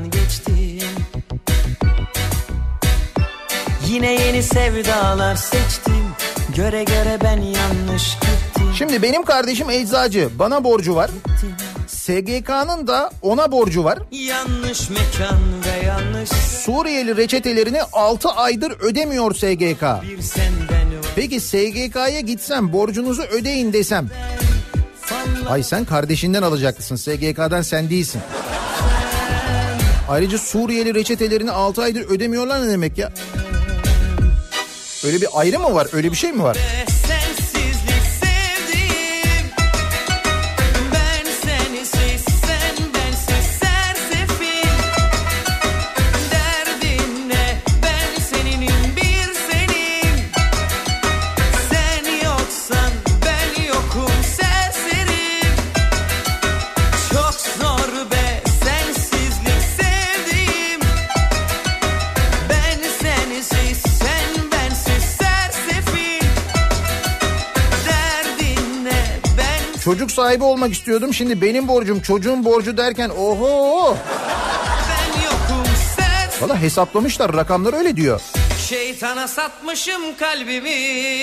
Yine yeni sevdalar seçtim. Göre göre ben yanlış gittim. Şimdi benim kardeşim eczacı. Bana borcu var. S G K'nın da ona borcu var. Yanlış mekan ve yanlış. Suriyeli reçetelerini altı aydır ödemiyor S G K. Peki S G K'ya gitsem borcunuzu ödeyin desem. Ay sen kardeşinden alacaklısın. S G K'dan sen değilsin. Ayrıca Suriyeli reçetelerini altı aydır ödemiyorlar ne demek ya? Öyle bir ayrı mı var? Öyle bir şey mi var? Çocuk sahibi olmak istiyordum. Şimdi benim borcum çocuğun borcu derken oho. Valla hesaplamışlar, rakamlar öyle diyor. Şeytana satmışım kalbimi.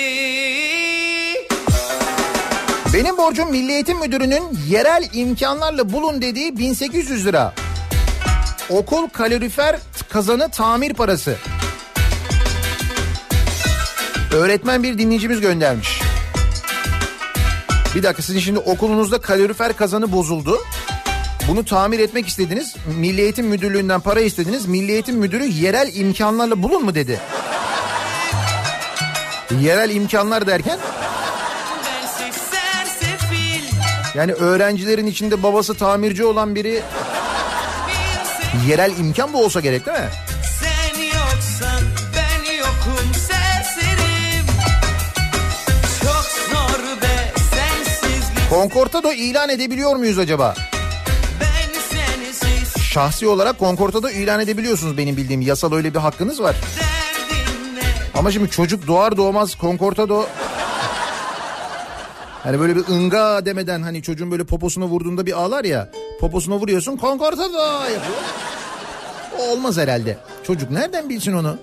Benim borcum Milli Eğitim Müdürü'nün yerel imkanlarla bulun dediği bin sekiz yüz lira. Okul kalorifer kazanı tamir parası. Öğretmen bir dinleyicimiz göndermiş. Bir dakika, sizin şimdi okulunuzda kalorifer kazanı bozuldu. Bunu tamir etmek istediniz. Milli Eğitim Müdürlüğü'nden para istediniz. Milli Eğitim Müdürü yerel imkanlarla bulun mu dedi. Yerel imkanlar derken? Yani öğrencilerin içinde babası tamirci olan biri, yerel imkan bu olsa gerek değil mi? Sen yoksan ben yokum serserim. Çok zor be sensizlik. Concordato ilan edebiliyor muyuz acaba? Ben sensiz. Şahsi olarak Concordato ilan edebiliyorsunuz benim bildiğim. Yasal öyle bir hakkınız var. Ama şimdi çocuk doğar doğmaz Concordato... Hani böyle bir ınga demeden, hani çocuğun böyle poposuna vurduğunda bir ağlar ya. Poposuna vuruyorsun, Concordato yapıyor. O olmaz herhalde. Çocuk nereden bilsin onu?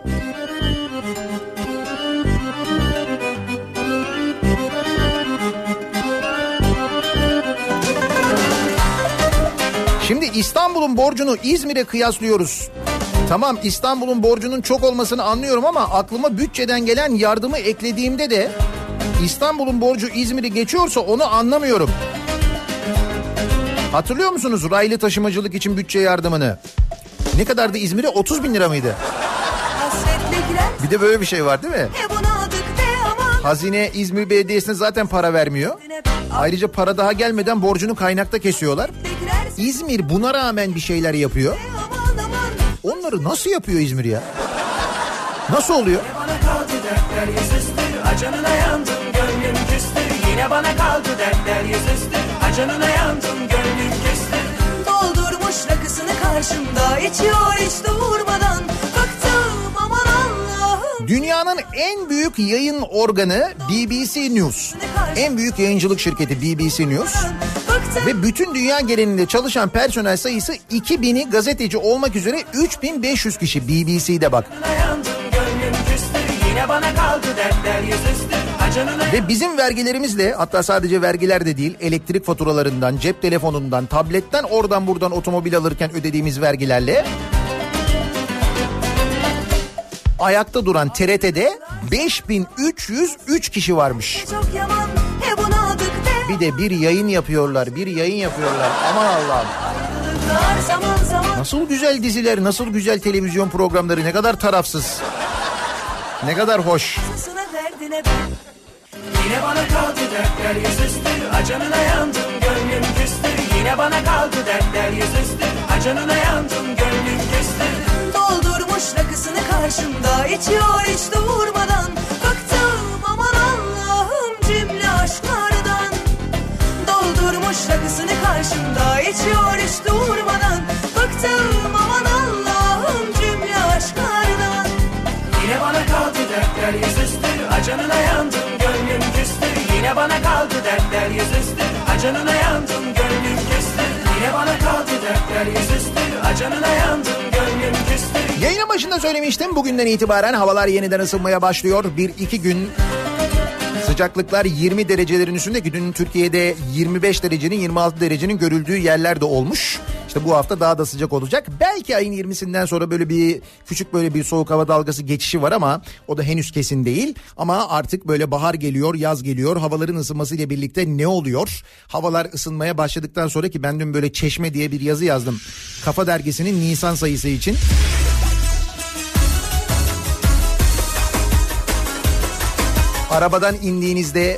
Şimdi İstanbul'un borcunu İzmir'e kıyaslıyoruz. Tamam, İstanbul'un borcunun çok olmasını anlıyorum ama aklıma bütçeden gelen yardımı eklediğimde de İstanbul'un borcu İzmir'i geçiyorsa onu anlamıyorum. Hatırlıyor musunuz raylı taşımacılık için bütçe yardımını? Ne kadardı İzmir'e? otuz bin lira mıydı? Bir de böyle bir şey var değil mi? Hazine İzmir Belediyesi'ne zaten para vermiyor. Ayrıca para daha gelmeden borcunu kaynakta kesiyorlar. İzmir buna rağmen bir şeyler yapıyor. Onları nasıl yapıyor İzmir ya? Nasıl oluyor? Acanına yandım gönlüm küstü. Yine bana kaldı dertler yüzüstü. Acanına yandım gönlüm küstü. Doldurmuş rakısını karşımda, içiyor hiç durmadan. Bıktım aman Allah'ım. Dünyanın en büyük yayın organı B B C News. En büyük yayıncılık şirketi B B C News. Ve bütün dünya genelinde çalışan personel sayısı iki bini gazeteci olmak üzere üç bin beş yüz kişi B B C'de bak. Ve bizim vergilerimizle, hatta sadece vergiler de değil, elektrik faturalarından, cep telefonundan, tabletten, oradan buradan otomobil alırken ödediğimiz vergilerle ayakta duran T R T'de beş bin üç yüz üç kişi varmış. Bir de bir yayın yapıyorlar, bir yayın yapıyorlar. Aman Allah'ım. Nasıl güzel diziler, nasıl güzel televizyon programları, ne kadar tarafsız. Ne kadar hoş. Yine bana kaldı dertler yüzüstü. Acanına yandım gönlüm küstü. Yine bana kaldı dertler yüzüstü. Acanına yandım gönlüm küstü. Doldurmuş rakısını karşımda, içiyor hiç durmadan. Bıktım aman Allah'ım cümle aşklardan. Doldurmuş rakısını karşımda, içiyor hiç durmadan. Bıktım aman Allah'ım cümle aşklardan. Yine bana kaldı dertler yüzüstü. Acanına yandım gönlüm küstü. Yine bana kaldı dertler yüzüstü. Acanına yandım gönlüm küstü. Yine bana kaldı dertler yüzüstü. Acanına yandım gönlüm küstü. Yayının başında söylemiştim, bugünden itibaren havalar yeniden ısınmaya başlıyor. Bir iki gün sıcaklıklar yirmi derecelerin üstünde, dün Türkiye'de yirmi beş derecenin yirmi altı derecenin görüldüğü yerler de olmuş. İşte bu hafta daha da sıcak olacak. Belki ayın yirmisinden sonra böyle bir küçük böyle bir soğuk hava dalgası geçişi var ama o da henüz kesin değil. Ama artık böyle bahar geliyor, yaz geliyor. Havaların ısınmasıyla birlikte ne oluyor? Havalar ısınmaya başladıktan sonra, ki ben dün böyle Çeşme diye bir yazı yazdım Kafa Dergisi'nin Nisan sayısı için. Arabadan indiğinizde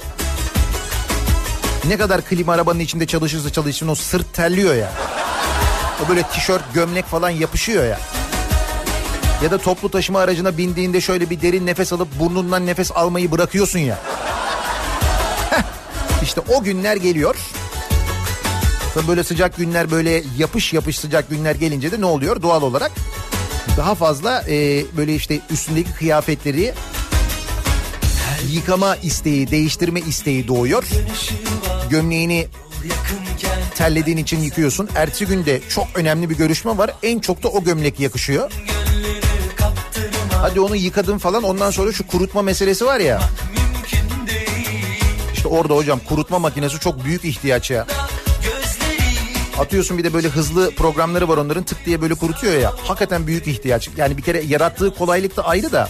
ne kadar klima arabanın içinde çalışırsa çalışsın o sırt terliyor ya. O böyle tişört, gömlek falan yapışıyor ya. Ya da toplu taşıma aracına bindiğinde şöyle bir derin nefes alıp burnundan nefes almayı bırakıyorsun ya. Heh, işte o günler geliyor. Tabii böyle sıcak günler, böyle yapış yapış sıcak günler gelince de ne oluyor? Doğal olarak daha fazla e, böyle işte üstündeki kıyafetleri yıkama isteği, değiştirme isteği doğuyor. gömleğini terlediğin için yıkıyorsun. Ertesi günde çok önemli bir görüşme var. En çok da o gömlek yakışıyor. Hadi onu yıkadın falan, ondan sonra şu kurutma meselesi var ya. İşte orada hocam kurutma makinesi çok büyük ihtiyaç ya. Atıyorsun, bir de böyle hızlı programları var onların, tık diye böyle kurutuyor ya. Hakikaten büyük ihtiyaç. Yani bir kere yarattığı kolaylık da ayrı da.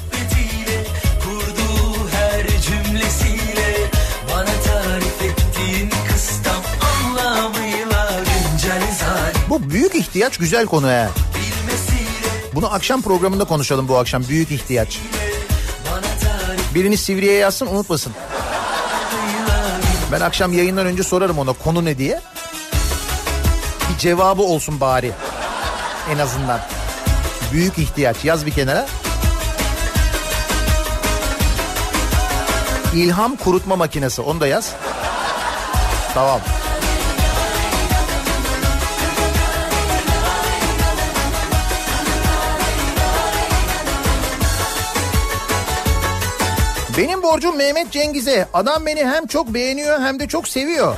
Bu büyük ihtiyaç güzel konu he. Bunu akşam programında konuşalım bu akşam, büyük ihtiyaç. Birini Sivri'ye yazsın, unutmasın. Ben akşam yayından önce sorarım ona konu ne diye. Bir cevabı olsun bari. En azından. Büyük ihtiyaç, yaz bir kenara. İlham kurutma makinesi, onu da yaz. Tamam. Benim borcum Mehmet Cengiz'e. Adam beni hem çok beğeniyor hem de çok seviyor.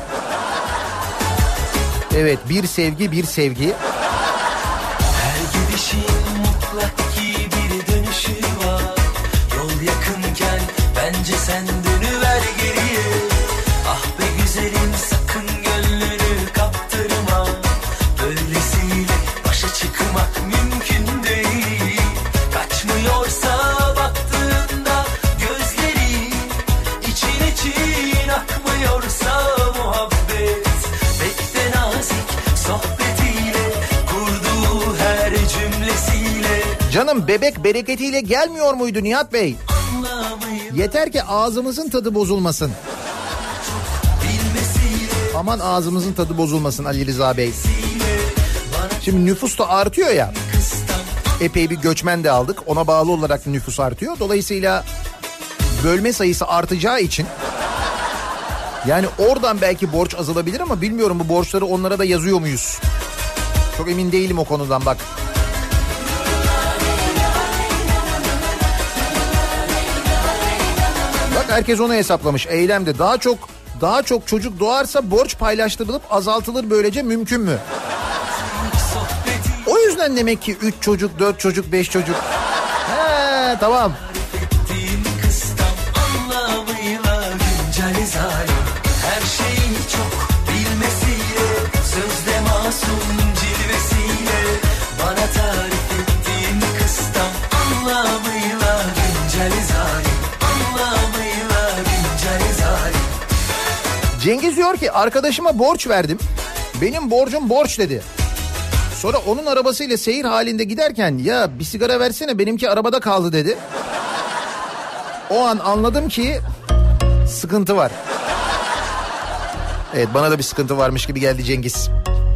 Evet, bir sevgi bir sevgi. Her gidişin mutlak ki bir dönüşü var. Yol yakınken bence sen dönüver geriye. Ah be güzelim, sakın gönlünü kaptırma. Böylesiyle başa çıkmak mümkün değil. Kaçmıyorsa baktığında gözleri, için için akmıyorsa muhabbet, pek de nazik sohbetiyle, kurduğu her cümlesiyle. Canım bebek bereketiyle gelmiyor muydu Nihat Bey? Yeter ki ağzımızın tadı bozulmasın. Aman ağzımızın tadı bozulmasın Ali Rıza Bey. Şimdi nüfus da artıyor ya. Epey bir göçmen de aldık. Ona bağlı olarak nüfus artıyor. Dolayısıyla bölme sayısı artacağı için yani oradan belki borç azalabilir ama bilmiyorum bu borçları onlara da yazıyor muyuz? Çok emin değilim o konudan bak. Bak herkes onu hesaplamış eylemde. Daha çok daha çok çocuk doğarsa borç paylaştırılıp azaltılır, böylece mümkün mü? O yüzden demek ki üç çocuk, dört çocuk, beş çocuk. He tamam. Her şeyi çok bilmesiyle, sözde masum cilvesiyle, bana tarif ettiğin kıstam anlamıyla güncel zalim, anlamıyla güncel zalim. Cengiz diyor ki arkadaşıma borç verdim. Benim borcum borç dedi. Sonra onun arabasıyla seyir halinde giderken ya bir sigara versene benimki arabada kaldı dedi. O an anladım ki sıkıntı var. Evet, bana da bir sıkıntı varmış gibi geldi Cengiz.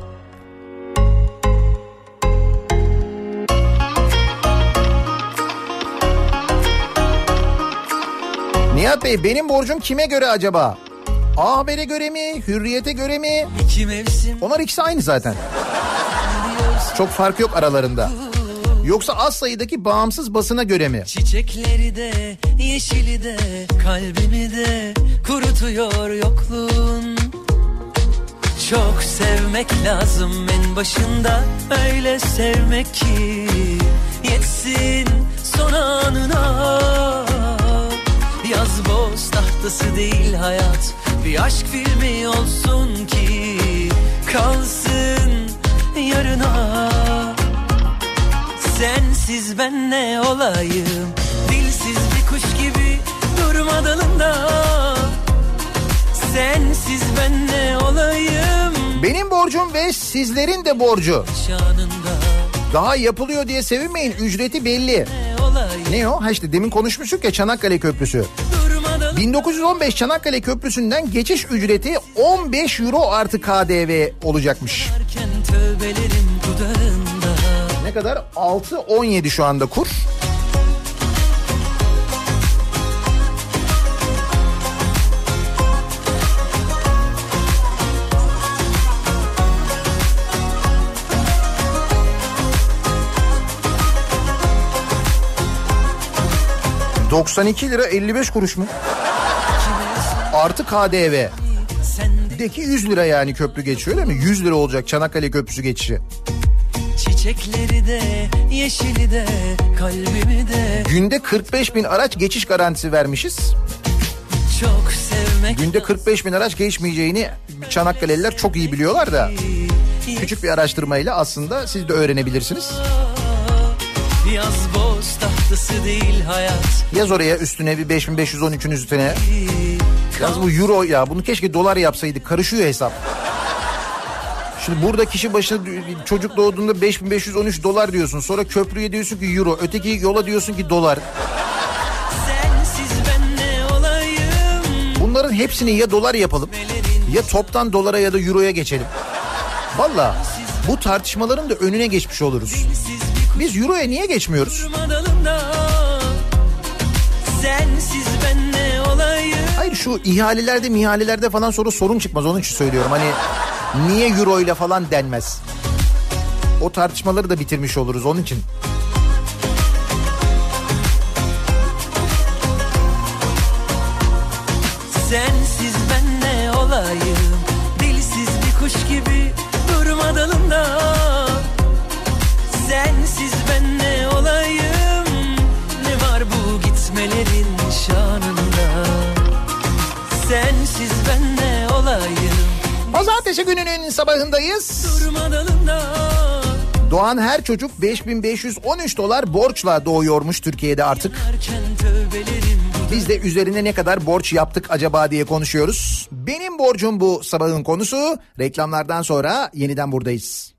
Nihat Bey benim borcum kime göre acaba? A Haber'e göre mi? Hürriyet'e göre mi? Onlar ikisi aynı zaten. Çok fark yok aralarında. Yoksa az sayıdaki bağımsız basına göre mi? Çiçekleri de, yeşili de, kalbimi de kurutuyor yokluğun. Çok sevmek lazım en başında, öyle sevmek ki yetsin son anına. Yaz boz tahtası değil hayat, bir aşk filmi olsun ki kalsın yarına. Sensiz ben ne olayım, dilsiz bir kuş gibi durma dalında. Sensiz ben ne olayım. Benim borcum ve sizlerin de borcu. Daha yapılıyor diye sevinmeyin, ücreti belli. Ne, ne o? Ha işte demin konuşmuştuk ya, Çanakkale Köprüsü. bin dokuz yüz on beş Çanakkale Köprüsü'nden geçiş ücreti on beş euro artı K D V olacakmış. Ne kadar? altı on yedi şu anda kur. doksan iki lira elli beş kuruş mu? Artı K D V. Evdeki yüz lira yani köprü geçiyor değil mi? yüz lira olacak Çanakkale Köprüsü geçişi. Çiçekleri de yeşili de kalbimi de. Günde kırk beş bin araç geçiş garantisi vermişiz. Çok sevmek. Günde kırk beş bin araç geçmeyeceğini Çanakkale'liler çok iyi biliyorlar da. Küçük bir araştırmayla aslında siz de öğrenebilirsiniz. Yaz boz tahtası değil hayat. Yaz oraya üstüne bir beş bin beş yüz on üçün üstüne. Yaz bu euro ya, bunu keşke dolar yapsaydık, karışıyor hesap. Şimdi burada kişi başına çocuk doğduğunda beş bin beş yüz on üç dolar diyorsun. Sonra köprüye diyorsun ki euro. Öteki yola diyorsun ki dolar. Sensiz ben ne olayım? Bunların hepsini ya dolar yapalım ya toptan dolara ya da euroya geçelim. Valla bu tartışmaların da önüne geçmiş oluruz. Biz euroya niye geçmiyoruz? Sensiz ben ne olayım? Hayır, şu ihalelerde mihalelerde falan sonra sorun çıkmaz, onun için söylüyorum. Hani niye euro ile falan denmez? O tartışmaları da bitirmiş oluruz onun için. Sensiz ben ne olayım? Dilsiz bir kuş gibi durma dalında. Sensiz ben ne olayım? Ne var bu gitmelerin şanında? Sensiz ben ne olayım? Pazartesi gününün sabahındayız. Durma dalında. Doğan her çocuk beş bin beş yüz on üç dolar borçla doğuyormuş Türkiye'de artık. Biz de üzerine ne kadar borç yaptık acaba diye konuşuyoruz. Benim borcum bu sabahın konusu. Reklamlardan sonra yeniden buradayız.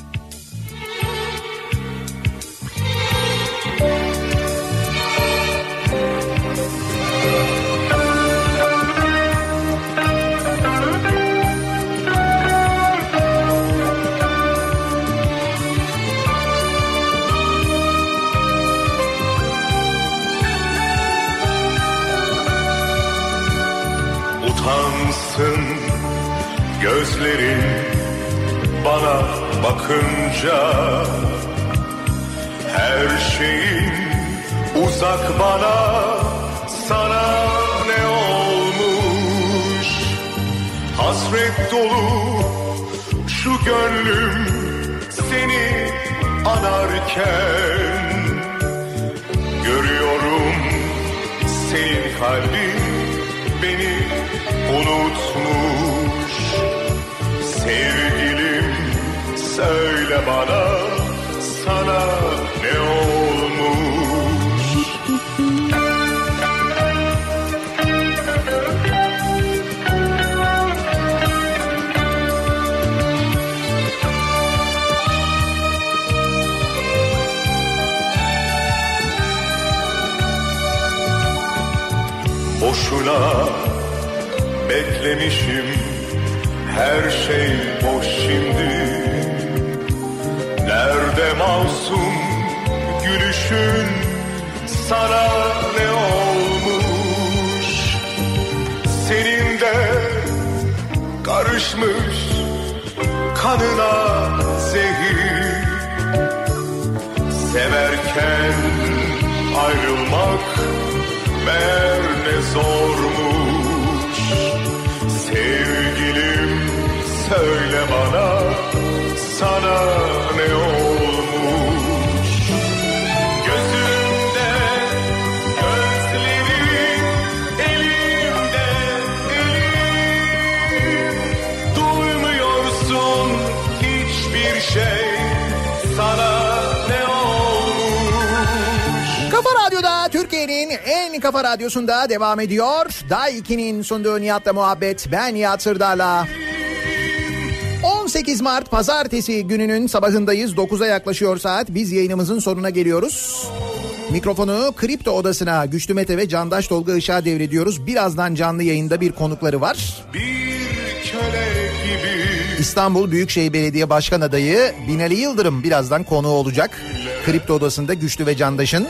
Utansın gözlerin bana bakınca, her şeyin uzak bana, sana ne olmuş? Hasret dolu şu gönlüm seni anarken, görüyorum senin kalbin beni unutmuş. Sevgilim söyle bana, sana ne olmuş? Boşuna beklemişim, her şey boş şimdi. Nerede masum gülüşün, sana ne olmuş? Senin de karışmış kanına zehir. Severken ayrılmak meğer ne zormuş. Sevgilim söyle bana, sana ne olmuş? Gözümde gözlerin, elimde elim. Duymuyorsun hiçbir şey, sana ne olmuş? Kafa Radyo'da, Türkiye'nin en kafa radyosunda devam ediyor. Day iki'nin sunduğu Nihat'la muhabbet. Ben Nihat Sırdar'la. on sekiz Mart Pazartesi gününün sabahındayız. dokuza yaklaşıyor saat. Biz yayınımızın sonuna geliyoruz. Mikrofonu Kripto Odası'na Güçlü Mete ve Candaş Tolga Işık'a devrediyoruz. Birazdan canlı yayında bir konukları var. Bir köle gibi. İstanbul Büyükşehir Belediye Başkan Adayı Binali Yıldırım birazdan konuğu olacak. Kripto Odası'nda Güçlü ve Candaş'ın.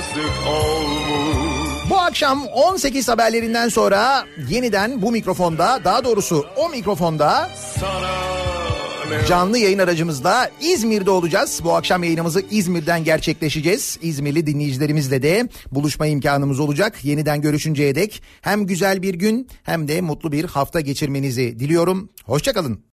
Bu akşam on sekiz haberlerinden sonra yeniden bu mikrofonda, daha doğrusu o mikrofonda Canlı yayın aracımızla İzmir'de olacağız. Bu akşam yayınımızı İzmir'den gerçekleşeceğiz. İzmirli dinleyicilerimizle de buluşma imkanımız olacak. Yeniden görüşünceye dek hem güzel bir gün hem de mutlu bir hafta geçirmenizi diliyorum. Hoşça kalın.